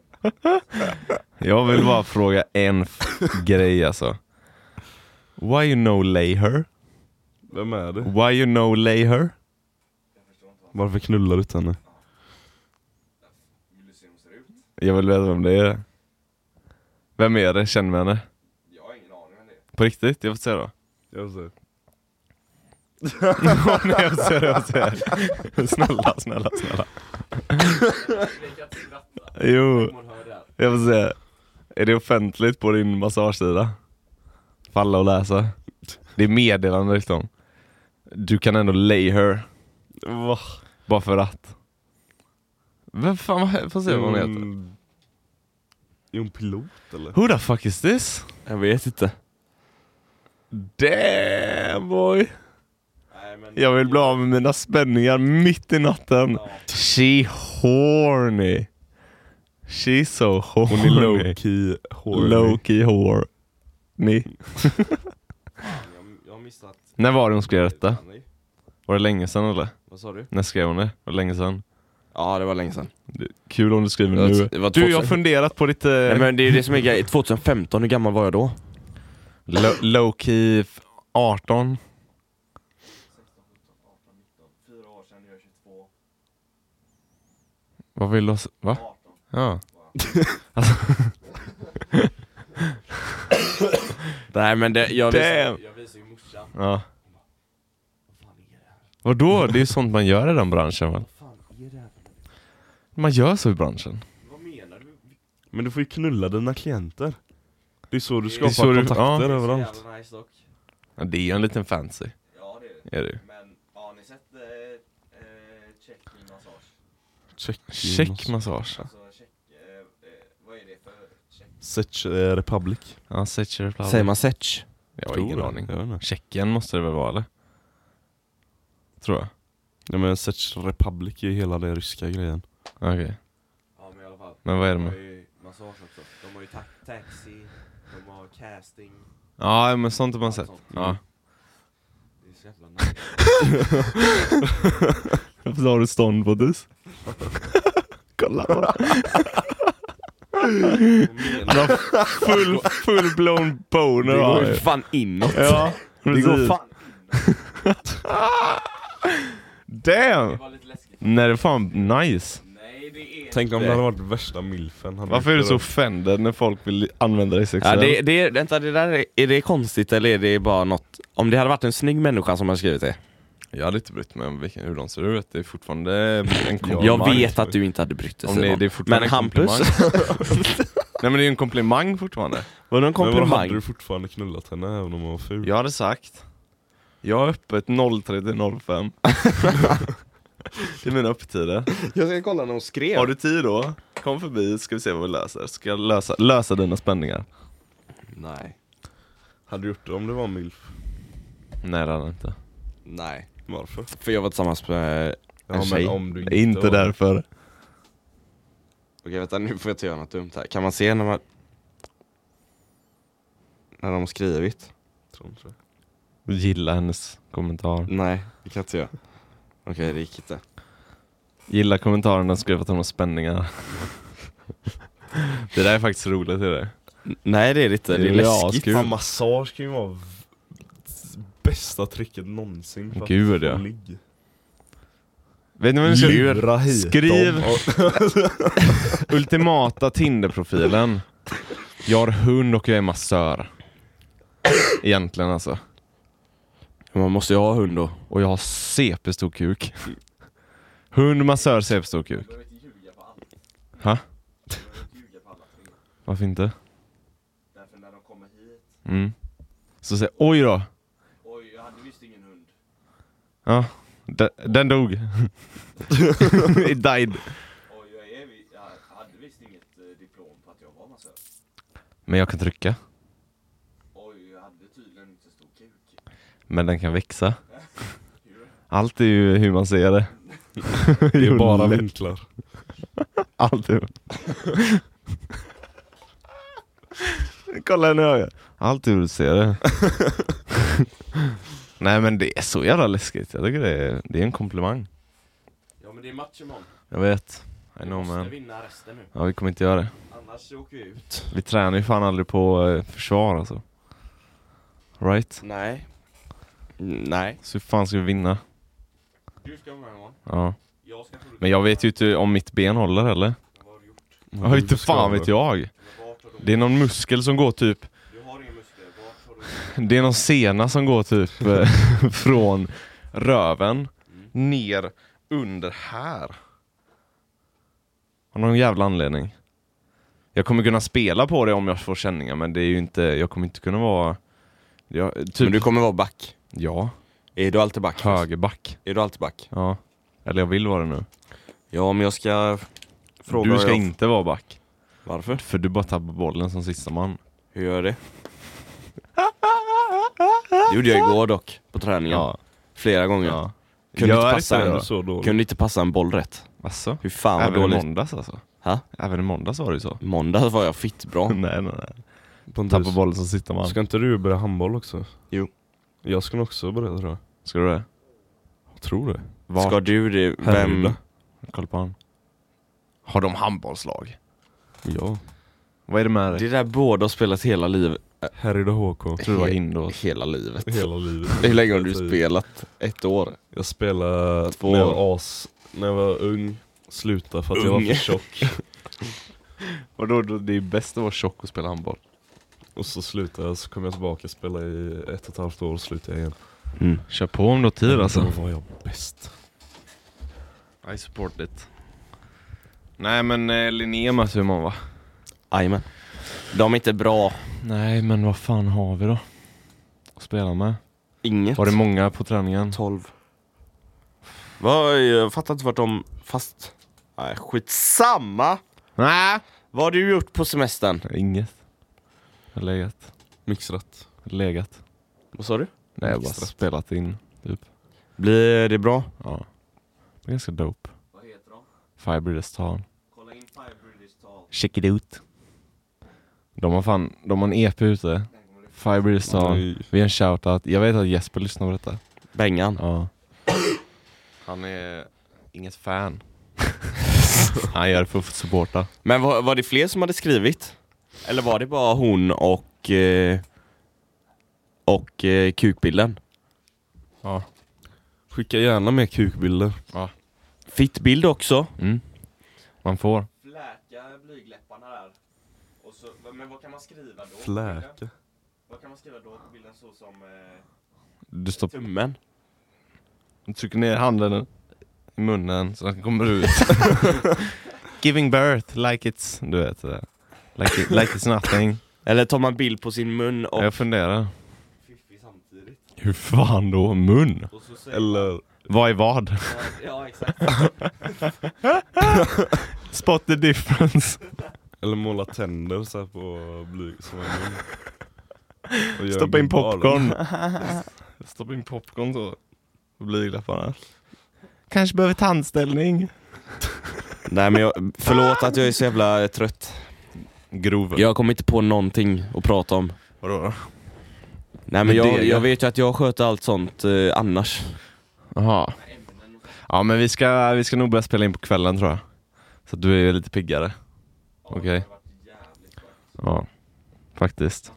Jag vill bara fråga en f- grej alltså. Why you know lay her? Vem är det? Why you know lay her? Varför knullar du inte henne? Jag vill veta vem det är. Vem är det? Känner med henne? Jag har ingen aning om det. På riktigt? Jag får se då. Jag ser. Nej, jag får se, jag får se. Snälla, snälla, snälla. Jo, jag får se. Är det offentligt på din massagesida? Falla och läsa. Det är meddelande liksom. Du kan ändå lay her. Va? Bara för att. Vem fan, vad- får se vad hon heter. Mm. Är hon pilot eller? Who the fuck is this? Jag vet inte. Damn boy. Jag vill bli av med mina spänningar mitt i natten. She horny. She's so horny. Hon är low-key horny. Low-key horny. Jag har missat. När var det hon skrev detta? Var det länge sedan eller? Vad sa du? När skrev hon det? Var det länge sedan? Ja, det var länge sedan. Det- Kul om du skriver Det var- nu. det var Du, jag har tvåtusen funderat på ditt eh, Nej, men det är det som är grejen. tjugohundrafemton, hur gammal var jag då? lo- low-key f- arton. Fyra år sedan, jag är tjugotvå. Vad vill du ha s- Va? Ja. Alltså, Nej men det, jag visar, Damn. jag visar ju morsan. Ja. Vad fan är det här? Vadå? Det är ju sånt man gör i den branschen väl? Vad fan är det här? Man gör så i branschen. Vad menar du? Men du får ju knulla dina klienter. Det är så du Det är skapar så du- kontakter ja. överallt. Så jävla nice dock. Ja, det är ju en liten fancy. Ja det är det. Är det ju. Men har ni sett eh, eh, check-in massage? Check. Checkmassage. Alltså check, eh, eh, vad är det för check? Setch eh, Republic. Ja, Setcher Flower. Säger man setch? Jag har Tror ingen det. aning. Jag vet inte. Tjeckien måste det väl vara eller? Tror jag. Ja men Setch Republic är hela den ryska grejen. Okej. Ja men i alla fall. Men vad är det De med? har ju massage också. De har ju ta- taxi, de har casting. Ja, men sånt har man Allt sett. sånt. Ja. Det är så jävla nice. Varför har du stånd på dus? Kolla. Han har full, full blown boner. Det har går han ju ju. fan inåt. Ja, Det precis. går fan Damn! Det var lite läskigt. Nej, det är fan nice. Nej det är Tänk om inte. det hade varit värsta milfen. Hade Varför är du gjort så det offended när folk vill använda dig Ja, sexuellt? det, det, vänta, det där är, är det konstigt eller är det bara något? Om det hade varit en snygg människa som hade skrivit det. Jag hade inte brytt mig om vilken, hur de ser ut. Det är fortfarande en komplimang. Jag vet att du inte hade brytt dig. Om det, Simon. det är fortfarande Men en Hampus, komplimang. Nej men det är ju en komplimang fortfarande. var det en Men vad hade komplimang? du fortfarande knullat henne även om hon var ful? Jag hade sagt, jag är öppet noll tre till noll fem. Det är mina öppettider. Jag ska kolla när hon skrev. Har du tid då? Kom förbi, ska vi se vad vi löser. Ska jag lösa, lösa dina spänningar? Nej. Hade du gjort det om det var milf? Nej det hade jag inte. Nej. Varför? För jag var tillsammans med en Ja, tjej. men om du Det är inte var- därför. Okej vänta, nu får jag inte göra något dumt här. Kan man se när man... När de har skrivit? Tror inte det. Gilla hennes kommentar. Nej, det kan jag inte göra. Okej, det gick inte. Gilla kommentaren, den skrev att hon har spänningar. Det där är faktiskt roligt, är det? Nej det är det inte, det är Det är läskigt. askul. Fan, massage kan ju vara v- bästa tricket någonsin för att Gud, få ja. ligg. Vet ni vad ni ska Lura hit Skriv dem. ultimata Tinder-profilen. Jag har hund och jag är massör. Egentligen alltså. Man måste ju ha hund då. Och jag har C P-stor kuk. Hund, massör, C P-stor kuk. Ha? Varför inte? Därför när de kommer hit. Mm. Så säger oj då. Oj, jag hade visst ingen hund. Ja, den, den dog. It died. Oj, jag, är, jag hade visst inget eh, diplom på att jag var massör. Men jag kan trycka. Oj, jag hade tydligen inte stor kuk. Men den kan växa. Allt är ju hur man ser det. Det är bara vinklar. Allt är... Kolla henne i ögat. Allt är hur du ser det. Nej men det är så jävla läskigt. Jag tycker det är, det är en komplimang. Ja, men det är match imorgon. Jag vet. I Vi know måste man. vinna resten nu. Ja, vi kommer inte göra det. Annars åker vi ut. Vi tränar ju fan aldrig på eh, försvar alltså. Right? Nej. Mm, nej. Så hur fan ska vi vinna? Du ska vara med imorgon. Ja. Jag ska Men jag vet ju inte om mitt ben håller heller. Vad har du gjort? Ja, inte fan vet jag. Men vart har du... Det är någon muskel som går typ. Du har inga muskler. Vart har du... Det är någon sena som går typ eh, från röven ner under här. Av någon jävla anledning. Jag kommer kunna spela på det om jag får känningar, men det är ju inte, jag kommer inte kunna vara jag, typ, Men du kommer vara back. ja, Är du alltid back? högerback. Är du alltid back? Ja. Eller jag vill vara det nu. Ja, om jag ska fråga... Du ska jag... inte vara back. Varför? För du bara tappar bollen som sista man. Hur gör jag det? Det gjorde jag igår dock, på träningen. Ja. Flera gånger. Ja. Kunde, Gör inte passa inte det en, då? Så dåligt. kunde inte passa en boll rätt. Asså? Hur fan vad Även i dåligt. måndags alltså? Ha? Även i måndags var det ju så. Måndag var jag fitt bra. nej, nej, nej. Pontus, Tappar bollen som sista man. ska inte du börja handboll också? Jo. Jag ska nog också börja, tror jag. Ska du det? Jag tror det. Vart? Ska du det? Vem? Härryda. Kolla på han. Har de handbollslag? Ja. Vad är det med Det dig? är där båda har spelat hela livet. Härryda H K. Jag tror det var indoor. Hela livet. Hela livet. Hur länge har du spelat? Ett år? Jag spelade Två när jag år. var as, när jag var ung. Slutade för att jag var Ung. för tjock. Och då, då, det är bäst att vara tjock och spela handboll. Och så slutar jag, så kommer jag tillbaka och spela i ett och ett halvt år och slutar jag igen. Mm. Kör på om du har tid alltså. Då var jag bäst. I support it. Nej men eh, Linné måste man va? Jajamän. De är inte bra. Nej men vad fan har vi då? Att spela med? Inget. Var det många på träningen? tolv. Vad, jag fattar inte vart de fast... Nej, skitsamma. Nej. Vad har du gjort på semestern? Inget. Jag har legat. Mixrat. Legat. Vad sa du? Nej jag har bara Extra. spelat in typ. Blir det bra? Ja. Det är ganska dope. Vad heter de? Firebreeders Tal. Kolla in Firebreeders Tal. Check it out. De har fan, de har en E P ute. Firebreeders Tal. Nej. Vi är en shoutout. Jag vet att Jesper lyssnar på detta. Bengan. Ja. Han är inget fan. Han gör det för att supporta. Men var, var det fler som hade skrivit? Eller var det bara hon och eh, och eh, kukbilden? Ja. Skicka gärna med kukbilder. Fittbild också. Mm. Man får. Fläka blygläpparna där. Och så, men vad kan man skriva då? Fläka. Vad kan man skriva då på bilden så som eh, Du stoppar, tummen? du trycker ner handen i munnen så den kommer ut. Giving birth like it's, du vet det. Like, it, like it's nothing. Eller tar man bild på sin mun och Jag funderar. fiffi samtidigt? Hur fan då? Mun? Och så säger Eller Vad är vad? man, ja exakt. Spot the difference. Eller måla tänder så här på blyg som en mun. Och göra Stoppa in en bal. popcorn. Stoppa in popcorn så. Och blygläpparna. Kanske behöver tandställning. Nej men jag, förlåt att jag är så jävla trött. Grov. Jag kommer inte på någonting att prata om. Vadå då? Nej men Men jag, det- jag vet ju att jag sköter allt sånt eh, annars. Jaha. Ja men vi ska, vi ska nog börja spela in på kvällen tror jag. Så att du är lite piggare. Okej. Ja. Faktiskt.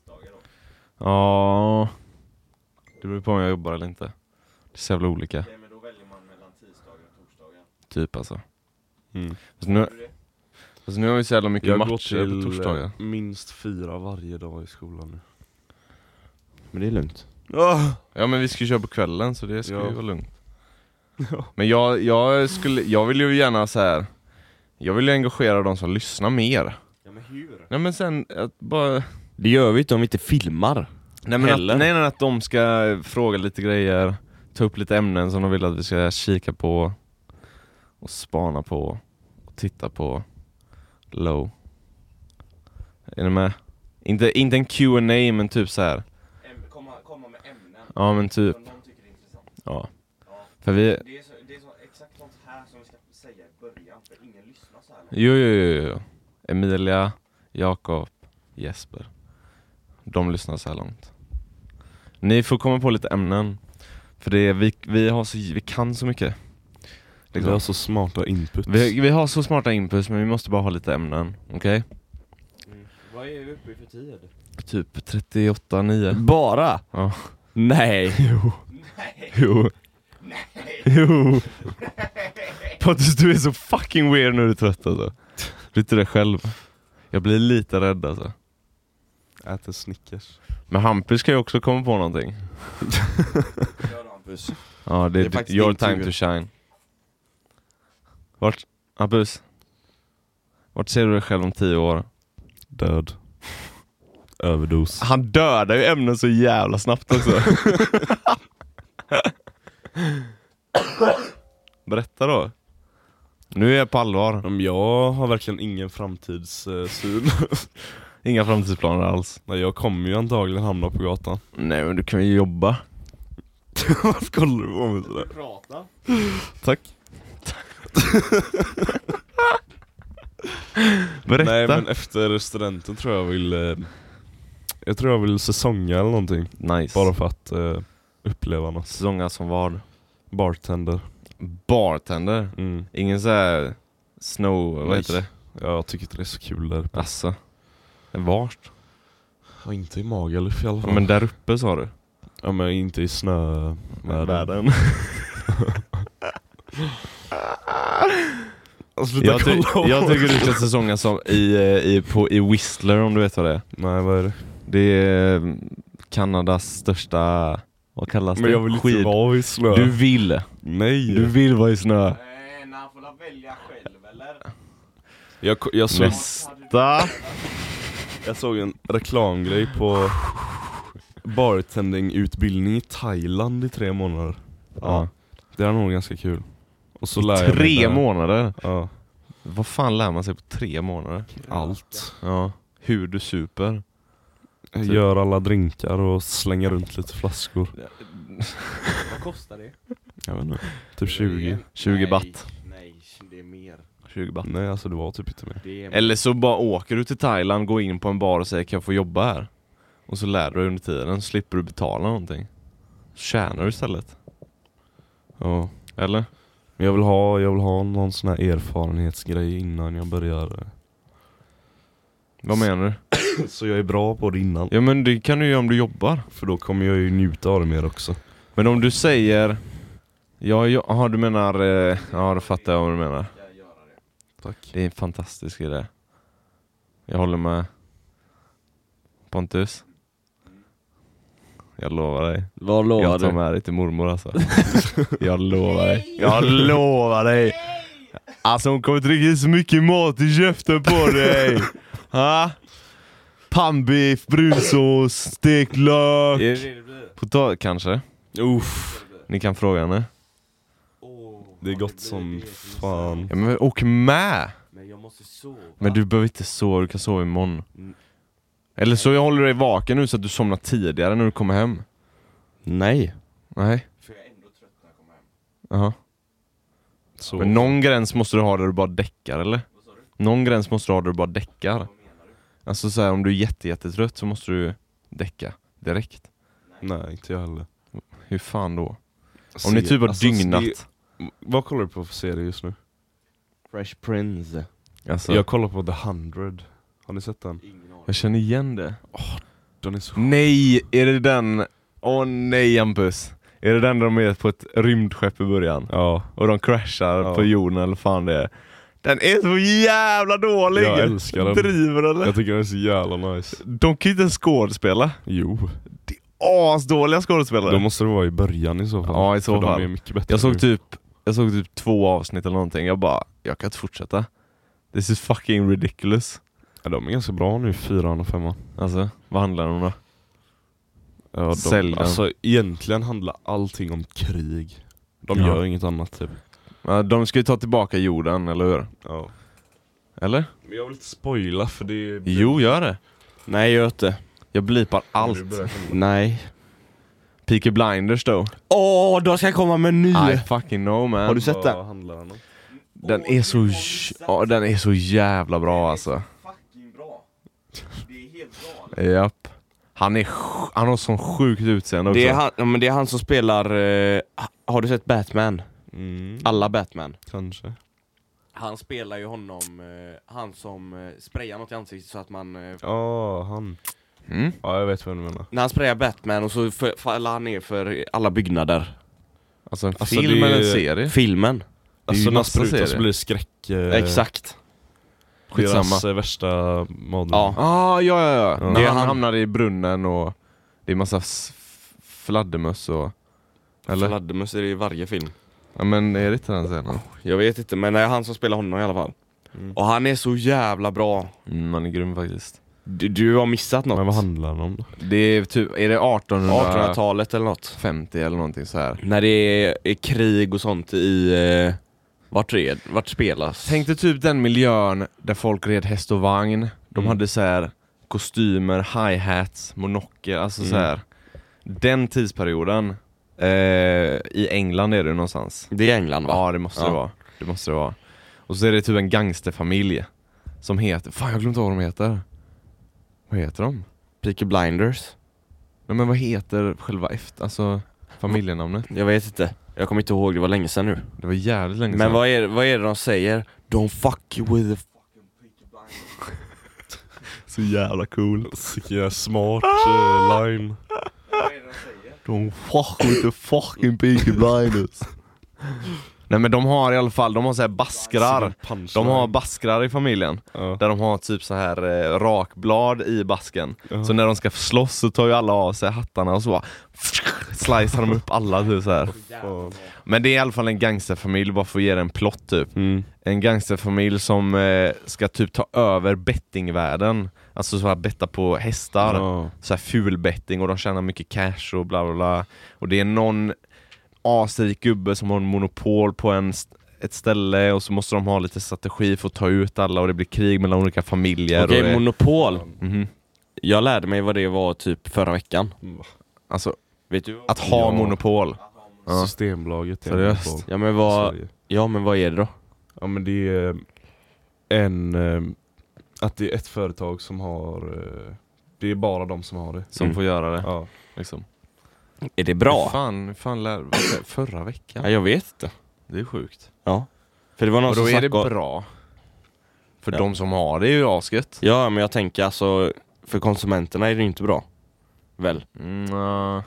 Ja. Det beror på om jag jobbar eller inte. Det är så jävla olika. Men då väljer man mellan tisdagar och torsdagar. Typ alltså. Mm. Fast nu, fast nu har vi så jävla mycket Jag går matcher till på torsdagar. eh, minst fyra varje dag i skolan nu. Men det är lugnt. Ja men vi ska köra på kvällen så det ska Ja. ju vara lugnt. Ja. Men jag, jag skulle, jag vill ju gärna så här. Jag vill ju engagera de som lyssnar mer. Ja men hur? Nej men sen att bara Det gör vi inte om vi inte filmar. nej men att, Heller. nej, nej, att de ska fråga lite grejer, ta upp lite ämnen som de vill att vi ska kika på och spana på och titta på. Low. Är ni med? Inte inte en Q and A men typ så här. Komma, komma med ämnen Ja men typ. som de tycker är intressant. Ja. Ja. För vi Det är, så, det är så exakt sånt här som vi ska säga i början, för ingen lyssnar så här. Jo, jo, jo, jo. Emilia, Jakob, Jesper. De lyssnar så här långt. Ni får komma på lite ämnen. För det är, vi, vi, har så, vi kan så mycket. Vi har så smarta inputs. Vi, vi har så smarta inputs men vi måste bara ha lite ämnen. Okej? Mm. Vad är vi uppe i för tid? Typ trettioåtta nio. Bara? Ja. Nej. Jo. Nej. Jo. Nej. Jo. Pontus, du är så fucking weird när du är trött alltså. Blir inte det själv? Jag blir lite rädd alltså. Äter Snickers. Men Hampus kan ju också komma på någonting. Gör det, Hampus. Ja, det, Det är är faktiskt your din time tur. to shine. Vart, Hampus? Vart ser du dig själv om tio år? Död. Överdos. Han dödar ju ämnen så jävla snabbt också. Berätta då. Nu är jag på allvar. Men jag har verkligen ingen framtidssyn. Inga framtidsplaner alls. Nej, jag kommer ju antagligen hamna på gatan. Nej, men du kan ju jobba. Vad kollar du på mig sådär? Prata. Tack. Berätta. Nej, men efter studenten tror jag vill eh, jag tror jag vill säsonga eller någonting. Nice. Bara för att eh, uppleva något. Säsonga som vad? Bartender. Bartender. Mm. Ingen så här snow, vad Nej. heter det? Ja, jag tycker inte det är så kul där. Alltså. Vart? Ja, inte i Magaluf i alla fall. Ja, men där uppe sa du. Ja, men inte i snö. Världen. Sluta Jag, ty- kolla på jag mig. tycker du ska säsonga som i, eh, i, på, i Whistler om du vet vad det är. Nej, vad är det? Det är Kanadas största, vad kallas det? Men jag vill inte Skid. vara i snö. Du vill. Nej. Du vill vara i snö. Nej, när han får la välja själv, eller? Jag, jag, såg, Nästa. jag såg en reklamgrej på bartending-utbildning i Thailand i tre månader. Ja. Det är nog ganska kul. Och så lär jag mig Tre där. månader? Ja, Vad fan lär man sig på tre månader? allt. Ja. Hur du super. Jag gör alla drinkar och slänger runt lite flaskor. Vad kostar det? Jag vet inte. Typ tjugo. tjugo baht. Nej, det är mer. tjugo baht. Nej, alltså det var typ inte mer. Det är Eller så bara åker du till Thailand, går in på en bar och säger kan jag få jobba här? Och så lär du dig under tiden, så slipper du betala någonting. Så tjänar du istället. Ja. Eller? Men jag vill ha, jag vill ha någon sån här erfarenhetsgrej innan jag börjar. Vad menar du? Så jag är bra på det innan. Ja men det kan du göra om du jobbar. För då kommer jag ju njuta av det mer också. Men om du säger... Ja, ja aha, du menar... Eh, ja, då fattar jag vad du menar. Tack. Det är en fantastisk idé. Jag håller med. Pontus. Jag lovar dig. Vad lovar Jag tar du? med dig till mormor alltså. Jag lovar dig. Jag lovar dig. Alltså hon kommer trycka i så mycket mat i käften på dig. Ha? Pannbiff, brunsås, stekt lök. Potatis kanske. Uff. Ni kan fråga henne. Det är gott som fan. Ja, men åk med. Men jag måste sova. Men du behöver inte sova, du kan sova imorgon. Mm. Eller så jag håller dig vaken nu så att du somnar tidigare när du kommer hem. Nej. Nej. För jag är ändå trött när jag kommer hem. Jaha. Så. Men någon gräns måste du ha där du bara däckar, eller? Någon gräns måste du ha där du bara däckar. Alltså så här, om du är jätte, jättetrött så måste du däcka direkt. Nej, inte jag heller. Hur fan då? Om ni typ har Alltså, dygnat. det- Vad kollar du på för serie just nu? Fresh Prince. Alltså, Jag kollar på The hundred. Har ni sett den? jag känner igen det. Den är så... Nej, är det den? Åh nej, Hampus. Är det den där de är på ett rymdskepp i början? Ja, Och de crashar Ja. på jorden eller fan det är. Den är så jävla dålig. Jag älskar den. Driver eller? jag tycker den är så jävla nice. De kan ju inte ens skådespela. Jo, Asdåliga skådespelare. då måste det vara i början i så fall. Ja, i så för fall. de är mycket bättre Jag såg nu. typ Jag såg typ två avsnitt eller någonting. Jag bara, jag kan inte fortsätta. This is fucking ridiculous. Ja, de är ganska bra nu, fyran och femman. Alltså, vad handlar det om då? Ja, de, Sälj den. alltså egentligen handlar allting om krig. De Ja. gör inget annat typ. Ja, de ska ju ta tillbaka jorden, eller hur? Ja. Eller? Men jag vill inte spoila för det... Jo, gör det. Nej, gör inte. Jag blipar allt. Nej. Peaky Blinders då. Åh, oh, då ska jag komma med en ny. I fucking know, man. Har du sett Vad den? handlar den om? Den är så j- ja, den är så jävla bra alltså. Fucking bra. Det är helt bra. Japp. Han är sj- han har sån sjukt utseende också. Det är han, ja, men det är han som spelar eh, har du sett Batman? Mm, Alla Batman. kanske. Han spelar ju honom eh, han som eh, sprayar något i ansiktet så att man eh, Ja, han. Mm. Ja, jag vet vad du menar. när han sprayar Batman och så f- faller han ner för alla byggnader. Alltså en Alltså, film det är- eller en serie? Filmen. Det är Alltså ju när massa sprutar så serier. blir det skräck. Eh, Exakt. Skitsamma. Deras eh, värsta modell. Ja. Ah, ja, ja, ja. Ja. När Det är han, han- hamnar i brunnen och det är massa s- fladdermöss och... Eller? Fladdermöss är det i varje film. Ja, men är det inte den scenen? Jag vet inte, men det är han som spelar honom i alla fall. Mm. Och han är så jävla bra. Mm, man är grym faktiskt. Du, du har missat något. Men vad handlar den om då? Det är typ, är det artonhundrafemtio artonhundratalet eller något. eller någonting så här. När det är, är krig och sånt i... Eh, vart, är, vart spelas? Tänk dig typ den miljön där folk red häst och vagn. De Mm. hade så här kostymer, hi-hats, monocker, alltså Mm. så här. Den tidsperioden eh, i England är det någonstans. Det är England, va? Ja, det måste Ja. det vara. Det måste det vara. Och så är det typ en gangsterfamilj som heter, fan jag har glömt vad de heter. Vad heter de? Peaky Blinders. Nej, men vad heter själva efter, alltså familjenamnet? Jag vet inte. Jag kommer inte ihåg, det var länge sedan nu. Det var jävligt länge Men sedan. vad är, vad är det de säger? Don't fuck you with the fucking Peaky Blinders. Så jävla cool. Vilken smart eh, line. Vad är det de säger? Don't fuck with the fucking Peaky Blinders. Nej men de har i alla fall, de har så här baskrar. Punchline. De har baskrar i familjen. Ja. Där de har typ så här eh, rakblad i basken. Ja. Så när de ska slåss så tar ju alla av sig hattarna och så bara slicear de upp alla typ så här. Fan. Men det är i alla fall en gangsterfamilj, bara för att ge det en plott typ. Mm. En gangsterfamilj som eh, ska typ ta över bettingvärlden. Alltså så här betta på hästar. Ja. Så här ful betting och de tjänar mycket cash och bla bla bla. Och det är någon asrik gubbe som har en monopol på en st- ett ställe och så måste de ha lite strategi för att ta ut alla och det blir krig mellan olika familjer. Okej, och det... monopol. Mhm. Jag lärde mig vad det var typ förra veckan. Alltså Vet du? att ha Ja. monopol. Ja. Systembolaget. är Seriöst? monopol Ja men i vad, Sverige. ja men vad är det då? Ja men det är en eh, att det är ett företag som har eh, det är bara de som har det. Som Mm. får göra det. Ja. Liksom. Är det bra? Hur fan, hur fan lär... vad är det? Förra veckan? Ja, jag vet inte. Det är sjukt. Ja. För det var någon Och då som är det snackade... bra. För Ja. de som har det är ju asket. Ja men jag tänker alltså, för konsumenterna är det inte bra. Väl? Mm, ja.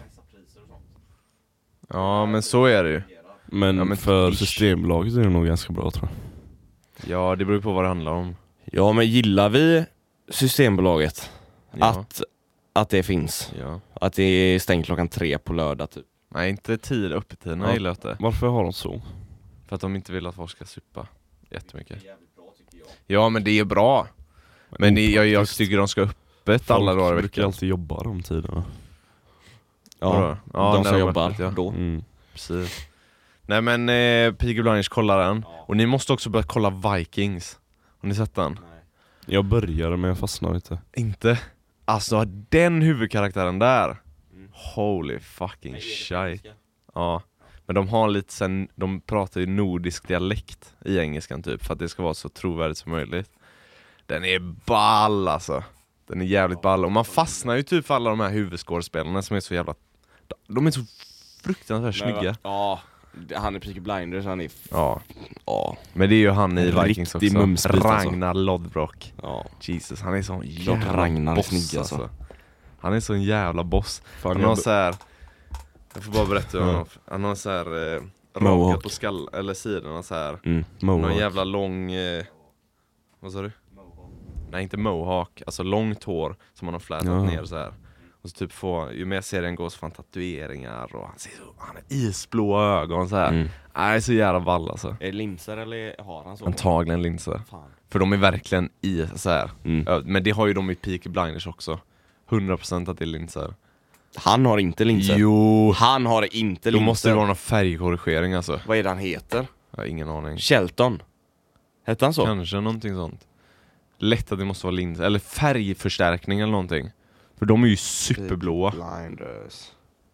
Ja men så är det ju. Men, Ja, men för ish. Systembolaget är det nog ganska bra tror jag. Ja det beror på vad det handlar om. Ja men gillar vi Systembolaget? Ja. Att, att det finns? Ja. Att det är stängt klockan tre på lördag typ? Nej inte tid, öppettiderna Ja. gillar jag inte. Varför har de så? För att de inte vill att folk ska supa jättemycket. Ja men det är bra. Men det, jag, jag tycker de ska ha öppet alla dagar i brukar veckan. alltid jobba de tiderna. Vadå? Ja, de när som de jobbar öppet, ja. då. Mm. Precis. Nej men eh, Peaky Blinders kollar den. Och ni måste också börja kolla Vikings. Har ni sett den? Jag började men jag fastnade inte. Inte. Alltså den huvudkaraktären där. Holy fucking shit. Ja. Men de har lite sen, de pratar ju nordisk dialekt i engelskan typ för att det ska vara så trovärdigt som möjligt. Den är ball alltså. Den är jävligt ball och man fastnar ju typ för alla de här huvudskådespelarna som är så jävla, de är så fruktansvärt snygga. Ja, han är Peaky Blinders, han är... F- Ja. ja. Men det är ju han i En Vikings riktig också. mumsbit, alltså. Ragnar Lodbrok. ja. Jesus, han är sån Klart jävla Ragnar är boss snygg, alltså. alltså. Han är sån jävla boss. Fan, Han jag har b- så här. Jag får bara berätta om Ja. honom. Han har så här eh, Mohawk. rakat på skall eller sidorna så här. Mm. Någon Mohawk. jävla lång eh, vad sa du? Nej, inte mohawk, alltså långt hår som han har flätat Ja. ner så här. Och så typ få, ju mer serien går så får han tatueringar och han ser så, han har isblåa ögon så här. Mm. Nej, så jävla ball alltså. Är det linser eller har han så? Antagligen linser. Fan. För de är verkligen i så här. Mm. Ö, Men det har ju de i Peaky Blinders också. hundra procent att det är linser. Han har inte linser. Jo, Han har inte då linser. måste det vara någon färgkorrigering alltså. Vad är det han heter? Jag har ingen aning. Shelton. Hette han så? Kanske någonting sånt. Lätt att det måste vara linser. Eller färgförstärkning eller någonting. För de är ju superblåa. Blinders.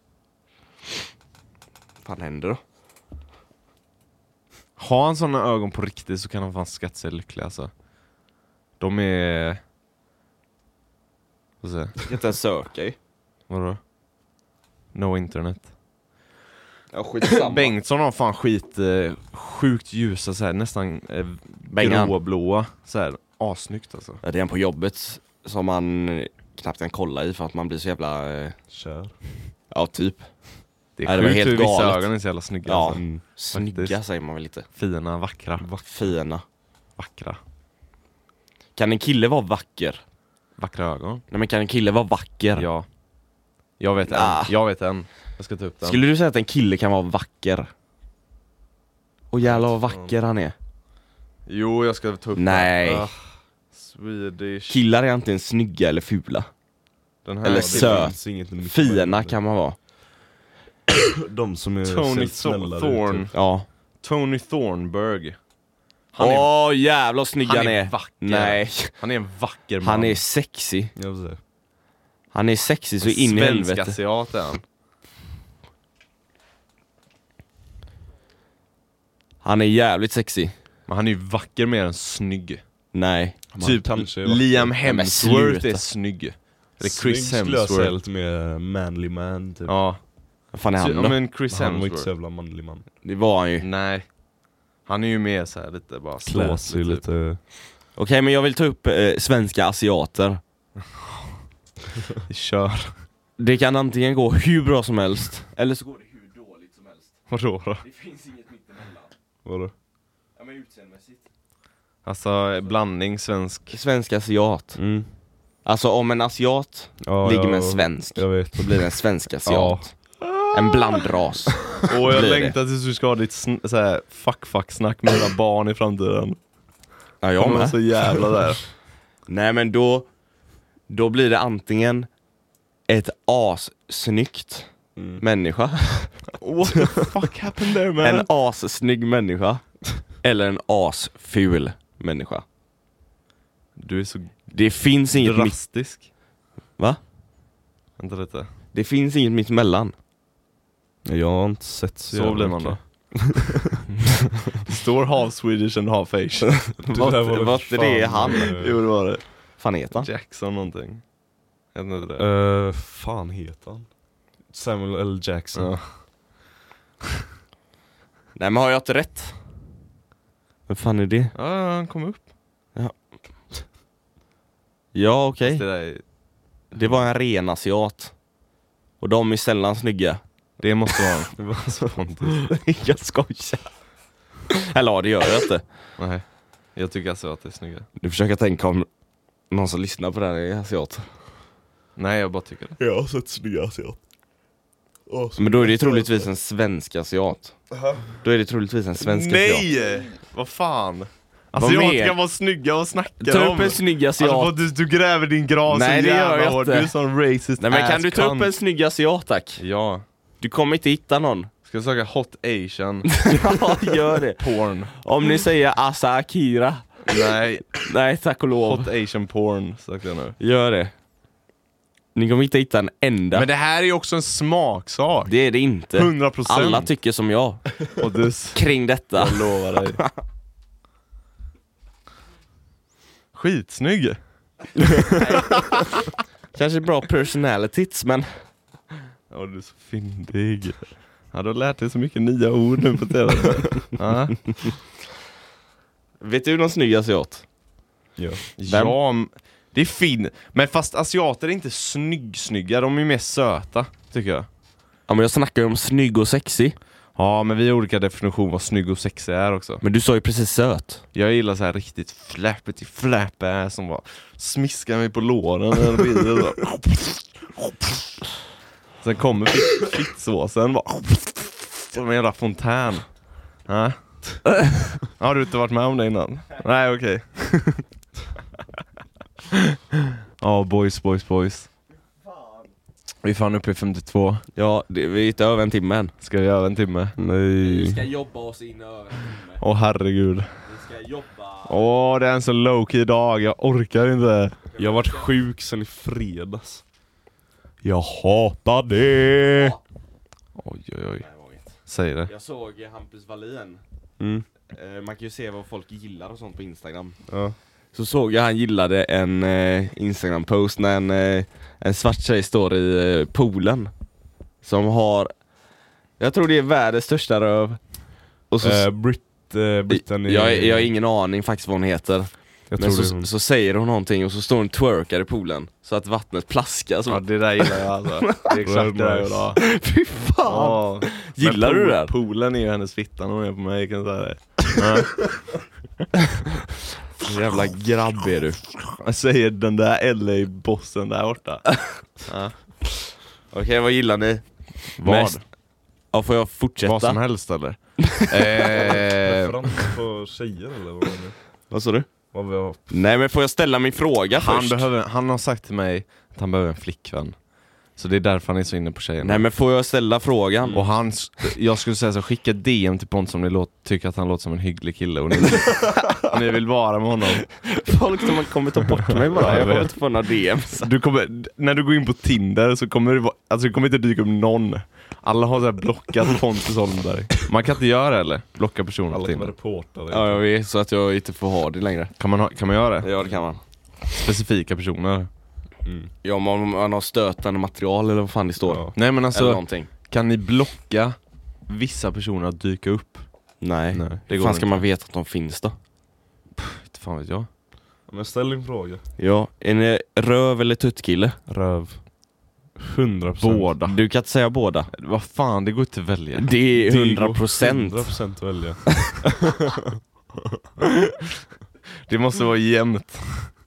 Vad fan händer då? Har han sådana ögon på riktigt så kan han fan skatta sig lycklig alltså. De är... Vad säger jag? Jag kan inte ens söka ju. Vadå? No internet. Ja, skitsamma. Bengtsson har fan skit eh, sjukt ljusa så här, nästan eh, Bengan. gråblåa så här, assnyggt alltså. Ja, det är en på jobbet som man eh, knappt kan kolla i för att man blir så jävla... Eh, Kör. ja, typ. Det är Nej, det var sjukt helt hur vissa galet. ögon är så jävla snygga Ja. alltså. Mm. Snygga Faktiskt. säger man väl lite. Fina, vackra, Fina. vackra. Kan en kille vara vacker? Vackra ögon. Nej men kan en kille vara vacker? Ja. Jag vet Ah. en. Jag vet en. Jag ska ta upp den. Skulle du säga att en kille kan vara vacker? Och jävlar vad vacker han är. Jo, jag ska ta upp Nej. den. Ah, Swedish. Killar är antingen snygga eller fula. Den här Eller det söt. finns inget mycket Fina med- kan man vara. De som är Tony sett snällare Thorne. ut, typ. Ja. Tony Thornberg. Åh Han är, jävlar vad snygg han han är är. vacker. Nej. han är en vacker man. Han är sexy. Jag vill säga. Han är sexy så in i helvete. Svensk asiat är han. Han är jävligt sexy. Men han är ju vacker mer än snygg. Nej. Man Typ kanske är vacker. Liam Nej, men Hemsworth sluta. är snygg. Eller Snygg Chris skulle jag säga Hemsworth. lite mer manly man typ. Ja. Vad fan är Så, han ja, då? men Chris Han var inte så Hemsworth. jävla manlig man. Det var han ju. Nej. Han är ju mer så här lite bara Classy slåsig, typ. lite. Okej men jag vill ta upp eh, svenska asiater. Kör. Det kan antingen gå hur bra som helst eller så går det hur dåligt som helst. Vadå då? Det finns inget mittemellan. Vadå? Ja, men utseendemässigt. Alltså blandning svensk. Svensk asiat. Mm. Alltså om en asiat Ja, ligger jag, med en svensk, Jag vet. då blir det en svensk asiat. En blandras. Och jag Blir det. längtar tills du ska ha ditt sn- så här, fuck fuck snack med dina barn i framtiden. Ja, jag Kommer vara med. så jävla där. Nej, men då då blir det antingen ett assnyggt Mm. människa, What the fuck happened there man? en assnygg människa eller en asful människa. Du är så Det finns inget mitt, drastisk. va? Vänta lite. Det finns inget mitt mellan. Jag har inte sett så, Så jävla blir man då. mycket. Det står half Swedish and half Asian. Var där inte- det var inte det fan, han? eh, Jo det var det. Fan heter han? Jackson någonting. Jag vet inte det. Uh, fan heter han? Samuel L. Jackson. Ja. Nej, men har jag inte rätt? Vem fan är det? Ja, han kom upp. Ja, okej. Fast Det, där är, Det var en ren asiat. Och de är sällan snygga. det måste vara det var så Pontus. Jag skojar. Eller ja, det gör jag inte. Nej. Jag tycker alltså att det är snygga. Du försöker tänka om någon som lyssnar på det här är asiat. Nej, jag bara tycker det. Jag har sett snygga asiat. Men då är det troligtvis en svensk asiat. Då är det troligtvis en svensk asiat. Nej! Vad fan? Alltså Vad jag mer? kan vara snygga och snacka Ta om. upp en snygg asiat. Alltså, du, du gräver din grav Nej, så det gör jävla jag hårt. inte. Du är sån racist. Nej, men kan ass du ta upp cunt. en snygg asiat, tack? Ja. Du kommer inte hitta någon. Ska jag söka hot asian Ja, gör det. porn? Om ni säger Asa Akira. Nej, Nej, tack och lov. hot asian porn sökte jag nu. Gör det. Ni kommer inte hitta en enda. Men det här är ju också en smaksak. Det är det inte. hundra procent. Alla tycker som jag Och du, kring detta. jag lovar dig. Skitsnygg. Kanske bra personalities, men Ja, du är så fyndig. Ja, du har lärt dig så mycket nya ord nu på T V. Ja. vet du någon snygg asiat? Ja. Ja, m- det är fin. Men fast asiater är inte snygg-snygga, de är mer söta, tycker jag. Ja, men jag snackar ju om snygg och sexy. Ja, men vi har olika definitioner vad snygg och sexig är också. Men du sa ju precis söt. Jag gillar så här riktigt flappity flap ass som bara smiskar mig på låren när det blir så. Sen kommer fitt- fittsåsen bara som en jävla fontän. Ja. Har du inte varit med om det innan? Nej, okej. Ja, boys, boys, boys. Vi är fan uppe i femtiotvå. Ja, det, vi är inte över en timme än. Ska vi göra en timme? Nej. ska jobba oss in över en timme. Åh herregud. Vi ska jobba. Åh, det är en så low-key dag. Jag orkar inte. Jag har varit sjuk sen i fredags. Jag hatar det. Oj, oj, oj. Säg det. Jag såg Hampus Wallin. Mm. Eh, Man kan ju se vad folk gillar och sånt på Instagram. Ja. Så såg jag han gillade en eh, Instagram-post när en, eh, en svart tjej står i eh, poolen. Som har, jag tror det är världens största röv. Och så, Eh, Brit, eh, Brittany. jag, jag har ingen aning faktiskt vad hon heter. Jag Men tror det är så, hon. så säger hon någonting och så står hon twerkar i poolen. Så att vattnet plaskar så. Ja, det där gillar jag alltså. Det är exakt det där jag vill ha. Fy fan! Ja. Gillar Men du pool- det där? Poolen är ju hennes fitta när hon är på mig, kan jag säga det. Ja. Jävla grabb är du. Jag säger den där L A-bossen där borta. Ja. Okej, vad gillar ni? Vad? Mest- Ja, får jag fortsätta? Vad som helst eller? eh, Referens på tjejer eller vad var det? Vad sa du? Vad vi har. Nej, men får jag ställa min fråga han, först? behöver, han har sagt till mig att han behöver en flickvän. Så det är därför han är så inne på tjejerna. Nej, men får jag ställa frågan? Och han, jag skulle säga så, skicka D M till Pontus om ni låter, tycker att han låter som en hygglig kille och ni, ni vill vara med honom. Folk som har kommit ta bort mig bara. Jag kommer inte få några D Ms. Du kommer, när du går in på Tinder så kommer det, vara, alltså det kommer inte dyka upp någon. Alla har så här blockat Pontus Holmberg. Man kan inte göra det, eller? Blocka personer på Alla som är Tinder. reportare. Ja, jag vet, så att jag inte får ha det längre. Kan man, ha, kan man göra det? Ja, det kan man. Specifika personer. Mm. Ja, om man, man har stötande material eller vad fan det står. Ja. Nej men Eller alltså, någonting. kan ni blocka vissa personer att dyka upp? Nej. Nej, det Hur går fan ska inte. man veta att de finns då? Inte fan vet jag. Men ställ din fråga. Ja, är ni röv eller tuttkille? Röv. hundra procent. Båda. Du kan inte säga båda. Vad fan, det går inte att välja. Det är hundra procent. hundra procent välja. Det måste vara jämnt.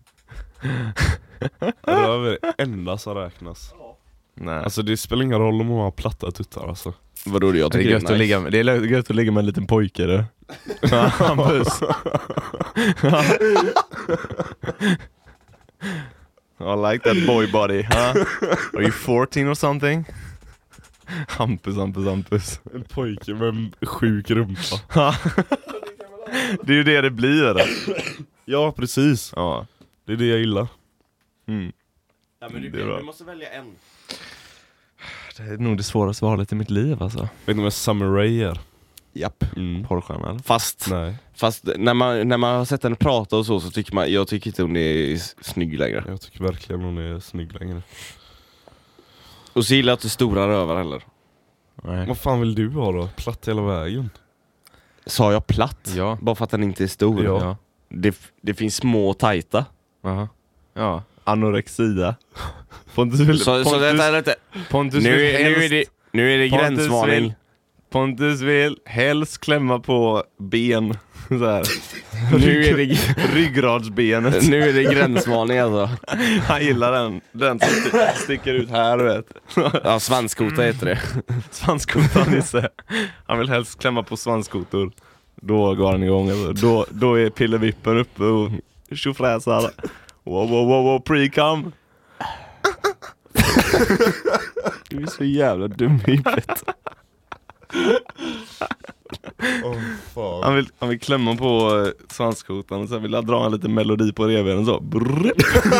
Det var väl det enda som räknas. Nej. Alltså det spelar ingen roll om man har platta tuttar alltså. Vadå, jag det är tycker gött att ligga med, det är gött att ligga med en liten pojke du. Ja, Hampus. I like that boy body, huh? Are you fourteen or something? Hampus, Hampus, Hampus. En pojke med en sjuk rumpa. Det är ju det det blir. Ja, precis. Ja. Det är det jag gillar. Mm. Ja, men du, Det är bra. du måste välja en. Det är nog det svåraste valet i mitt liv alltså. Vet ni vad Summer Rae är? Japp. Mm. Porrstjärna eller? Fast, Nej, fast när, man, när man har sett henne prata och så, så tycker man, jag tycker inte hon är s- snygg längre. jag tycker verkligen hon är snygg längre. Och så gillar jag inte stora rövar heller. Nej. Vad fan vill du ha då? Platt hela vägen? Sa jag platt? Ja. Bara för att den inte är stor. Ja. Ja. Det, det finns små och tajta. Aha. Ja. Anorexia. Pontus vill, Så, Pontus, så detta är lite... Pontus Nu, vill är- nu är helst, det, nu är det Pontus gränsvarning. vill- Pontus vill helst klämma på ben. Så här. Nu är det, Ryggradsbenet. nu är det gränsvarning alltså. Han gillar den. Den som st- sticker ut här, du vet. Ja, svanskota heter det. Svanskotan Nisse. Han vill helst klämma på svanskotor. Då går han igång alltså. Då, då är pillevippen uppe och tjofräsar. Wow, wow, wow, wow, pre-cum. Du är så jävla dum i huvudet. Åh fan. Han vill, han vill klämma på eh, svanskotan och sen vill han dra en liten melodi på revbenen så. Brrr.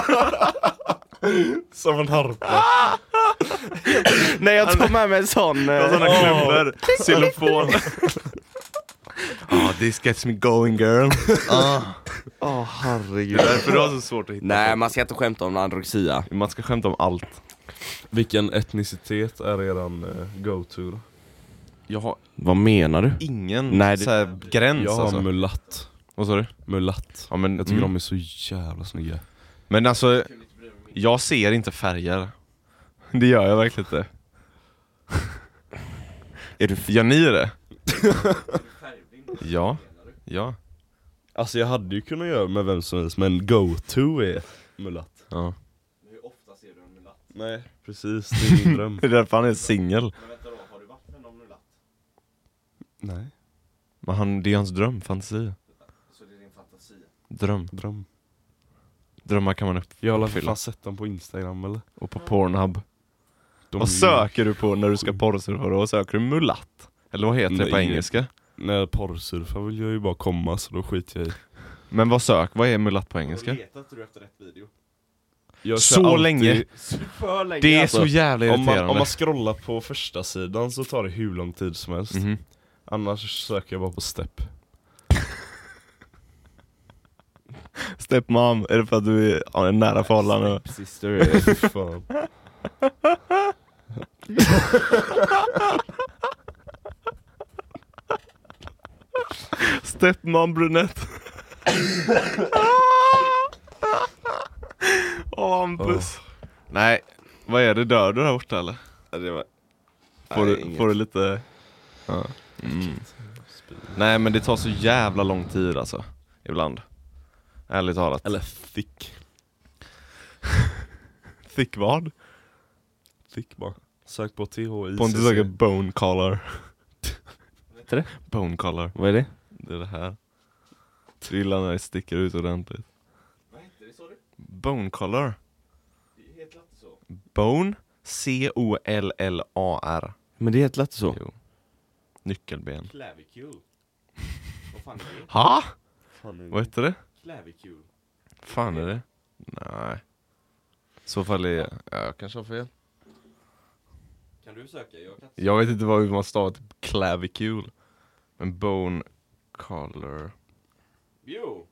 Som en harpa. Nej, jag tar med mig en sån. Och sådana eh, klubbor. Xylofon. Ah, this gets me going girl. Ah. Åh, oh, herregud. Det är därför du har så svårt att hitta. Nej, man ska inte skämta om anorexia. Man ska skämta om allt. Vilken etnicitet är eran uh, go-to då? Jag har Vad menar du? ingen Nej, det- så här gräns Jag har alltså. mulatt. Vad sa du? Mulatt. Ja, men, Jag tycker mm. de är så jävla snygga. Men alltså, jag ser inte färger. Det gör jag verkligen inte. Är du Gör ni det? Ja. Ja. Alltså jag hade ju kunnat göra med vem som helst, men go-to är mulatt. Ja. Hur ofta ser du en mulatt? Nej, precis. Det är min dröm. Det är därför han är singel. Men vänta då, har du varit med någon mulatt? Nej, Men han, det är hans dröm, fantasi. Så det är din fantasi? Dröm. dröm. Drömmar kan man upp- Jag har alla uppfylla. fan sett dem på Instagram eller? Och på Pornhub. De Vad är ju- söker du på när du ska porrsurfa då? Söker du mulatt? Eller vad heter det på Nej. engelska? När jag porrsurfar vill jag ju bara komma, så då skiter jag i. Men vad sök? Vad är mulatt på engelska? Letar du efter rätt video? Jag Så kör alltid- länge. För länge Det är alltså. så jävla Om man, irriterande. om man scrollar på första sidan så tar det hur lång tid som helst. Mhm. Annars söker jag bara på step. Stepmom, är det för att du är ja, en nära förhållande? Sister. Fy fan. Stepmom brunett. Åh, Hampus. Nej, vad är det? Dör du där borta eller? Det var... Får, Nej, du, inget. får du lite... Ja. Mm. Nej, men det tar så jävla lång tid alltså. Ibland. Ärligt talat. Eller thick. Thick vad? Thick bara. Sök på T H I C Pontus söker bone collar. Vet du det? Bone collar. Vad är det? Det är det här. Du gillar när det sticker ut ordentligt. Vad heter det, sa du? Bone collar. Det heter inte så. Bone. C O L L A R. Men det heter inte så. Jo. Nyckelben. Clavicule. Vad fan är det? Ha? Fan, är det- Vad heter det? Clavicule. Fan är det? Nej. I så fall är jag... Ja, jag kanske har fel. Kan du söka? Jag kan inte. Jag vet inte vad man stavar till clavicule. Men bone collar. Jo.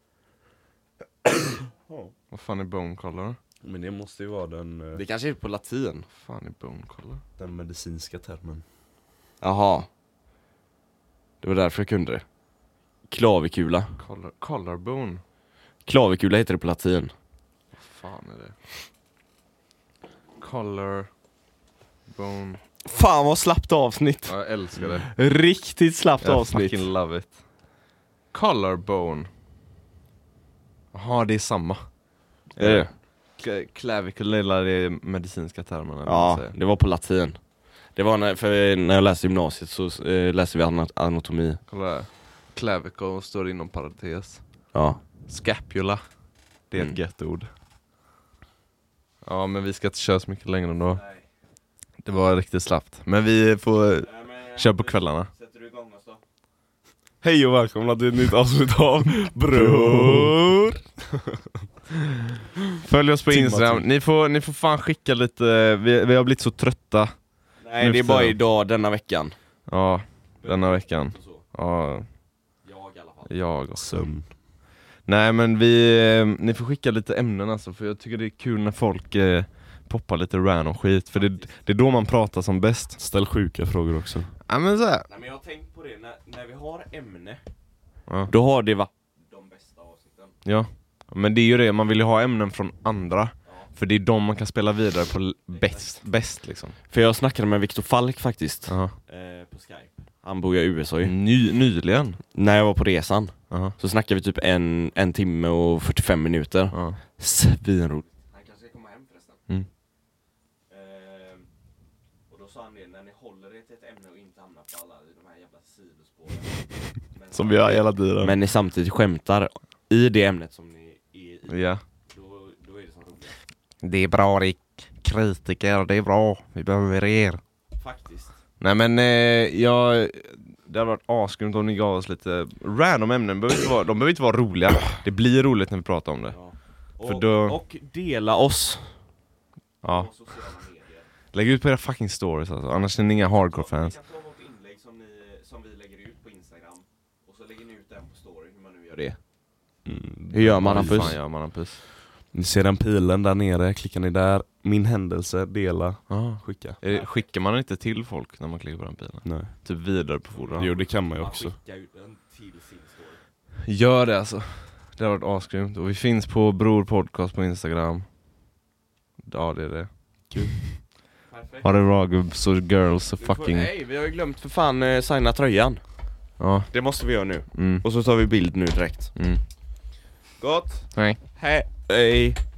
Vad fan är bone collar? Men det måste ju vara den, eh, Det kanske är på latin. Vad fan är bone collar? den medicinska termen. Jaha. Det var därför jag kunde det. Klavikula. Collar, collarbone. Klavikula heter det på latin. Vad fan är det? Collar. Bone. Fan vad slappt avsnitt. Ja, jag älskar det. Riktigt slappt Jag avsnitt. fucking love it. Collarbone. Jaha, det är samma. Är det? Cl- clavicle är det medicinska termen. eller vad Ja, man säger. det var på latin. Det var när, för när jag läste gymnasiet så eh, läste vi anat- anatomi. Kolla där. Clavicle står inom parentes. Ja. Scapula. Det är Mm. ett gett-ord. Ja, men vi ska inte köra så mycket längre ändå. Det var riktigt slappt. Men vi får köra på kvällarna. Sätter du igång oss då? Hej och välkomna till ett nytt avsnitt av Bror. Följ oss på Timma Instagram. till. Ni får, ni får fan skicka lite. Vi, vi har blivit så trötta. Nej, Nu det är för bara tiden. idag, denna veckan. Ja, denna veckan. Så. Ja, Jag i alla fall. jag också. Sömn. Nej, men vi, eh, ni får skicka lite ämnen alltså, för jag tycker det är kul när folk eh, poppar lite random skit, för det, det är då man pratar som bäst. Ställ sjuka frågor också. Ja, men så här. Nej, men jag har tänkt på det, när, när vi har ämne, Ja. då har det varit de bästa avsnitten. Ja, men det är ju det, man vill ju ha ämnen från andra, för det är de man kan spela vidare på l- bäst, bäst liksom. För jag snackade med Viktor Falk faktiskt, Aha. eh, på Skype. Han bor ju i U S A ju. Ny, nyligen. När jag var på resan Aha. så snackade vi typ en, en timme och fyrtiofem minuter. Ja. Svinroligt. Han kanske ska komma hem förresten. Mm. Ehm, och då sa han det, när ni håller er till ett ämne och inte hamnar på alla de här jävla sidospåren. Men Som vi har hela tiden. Men ni samtidigt skämtar i det ämnet som ni är i. Ja. Då, då är det som roligt. Det är bra, Rick. Kritiker, det är bra. Vi behöver er. Faktiskt. Nej, men eh, jag... Det hade varit asgrymt om ni gav oss lite random ämnen. Behöver inte vara, de behöver inte vara roliga. Det blir roligt när vi pratar om det. Ja. För Och, då- och dela oss Ja. på sociala medier. Lägg ut på era fucking stories alltså. Annars är ni inga hardcore-fans. Ni kan ta vårt inlägg som, ni, som vi lägger ut på Instagram. Och så lägger ni ut den på story, hur man nu gör det. Mm. Hur gör man, Hur Hampus? fan gör man, Hampus? Ni ser den pilen där nere, klickar ni där. Min händelse, dela, Ah. skicka. Eh, Skickar man inte till folk när man klickar på den pilen? Nej. Typ vidare på forum. Jo, det kan man ju också. Skicka ut den till sin story. Gör det alltså. Det har varit asgrymt. Och vi finns på Bror Podcast på Instagram. Ja, det är det. Kul. Perfekt. Ha det bra gubbs och girls och fucking... Nej, vi har ju glömt för fan eh, signa tröjan. Ja. Det måste vi göra nu. Mm. Och så tar vi bild nu direkt. Mm. Gott. Nej. Hej. Hej.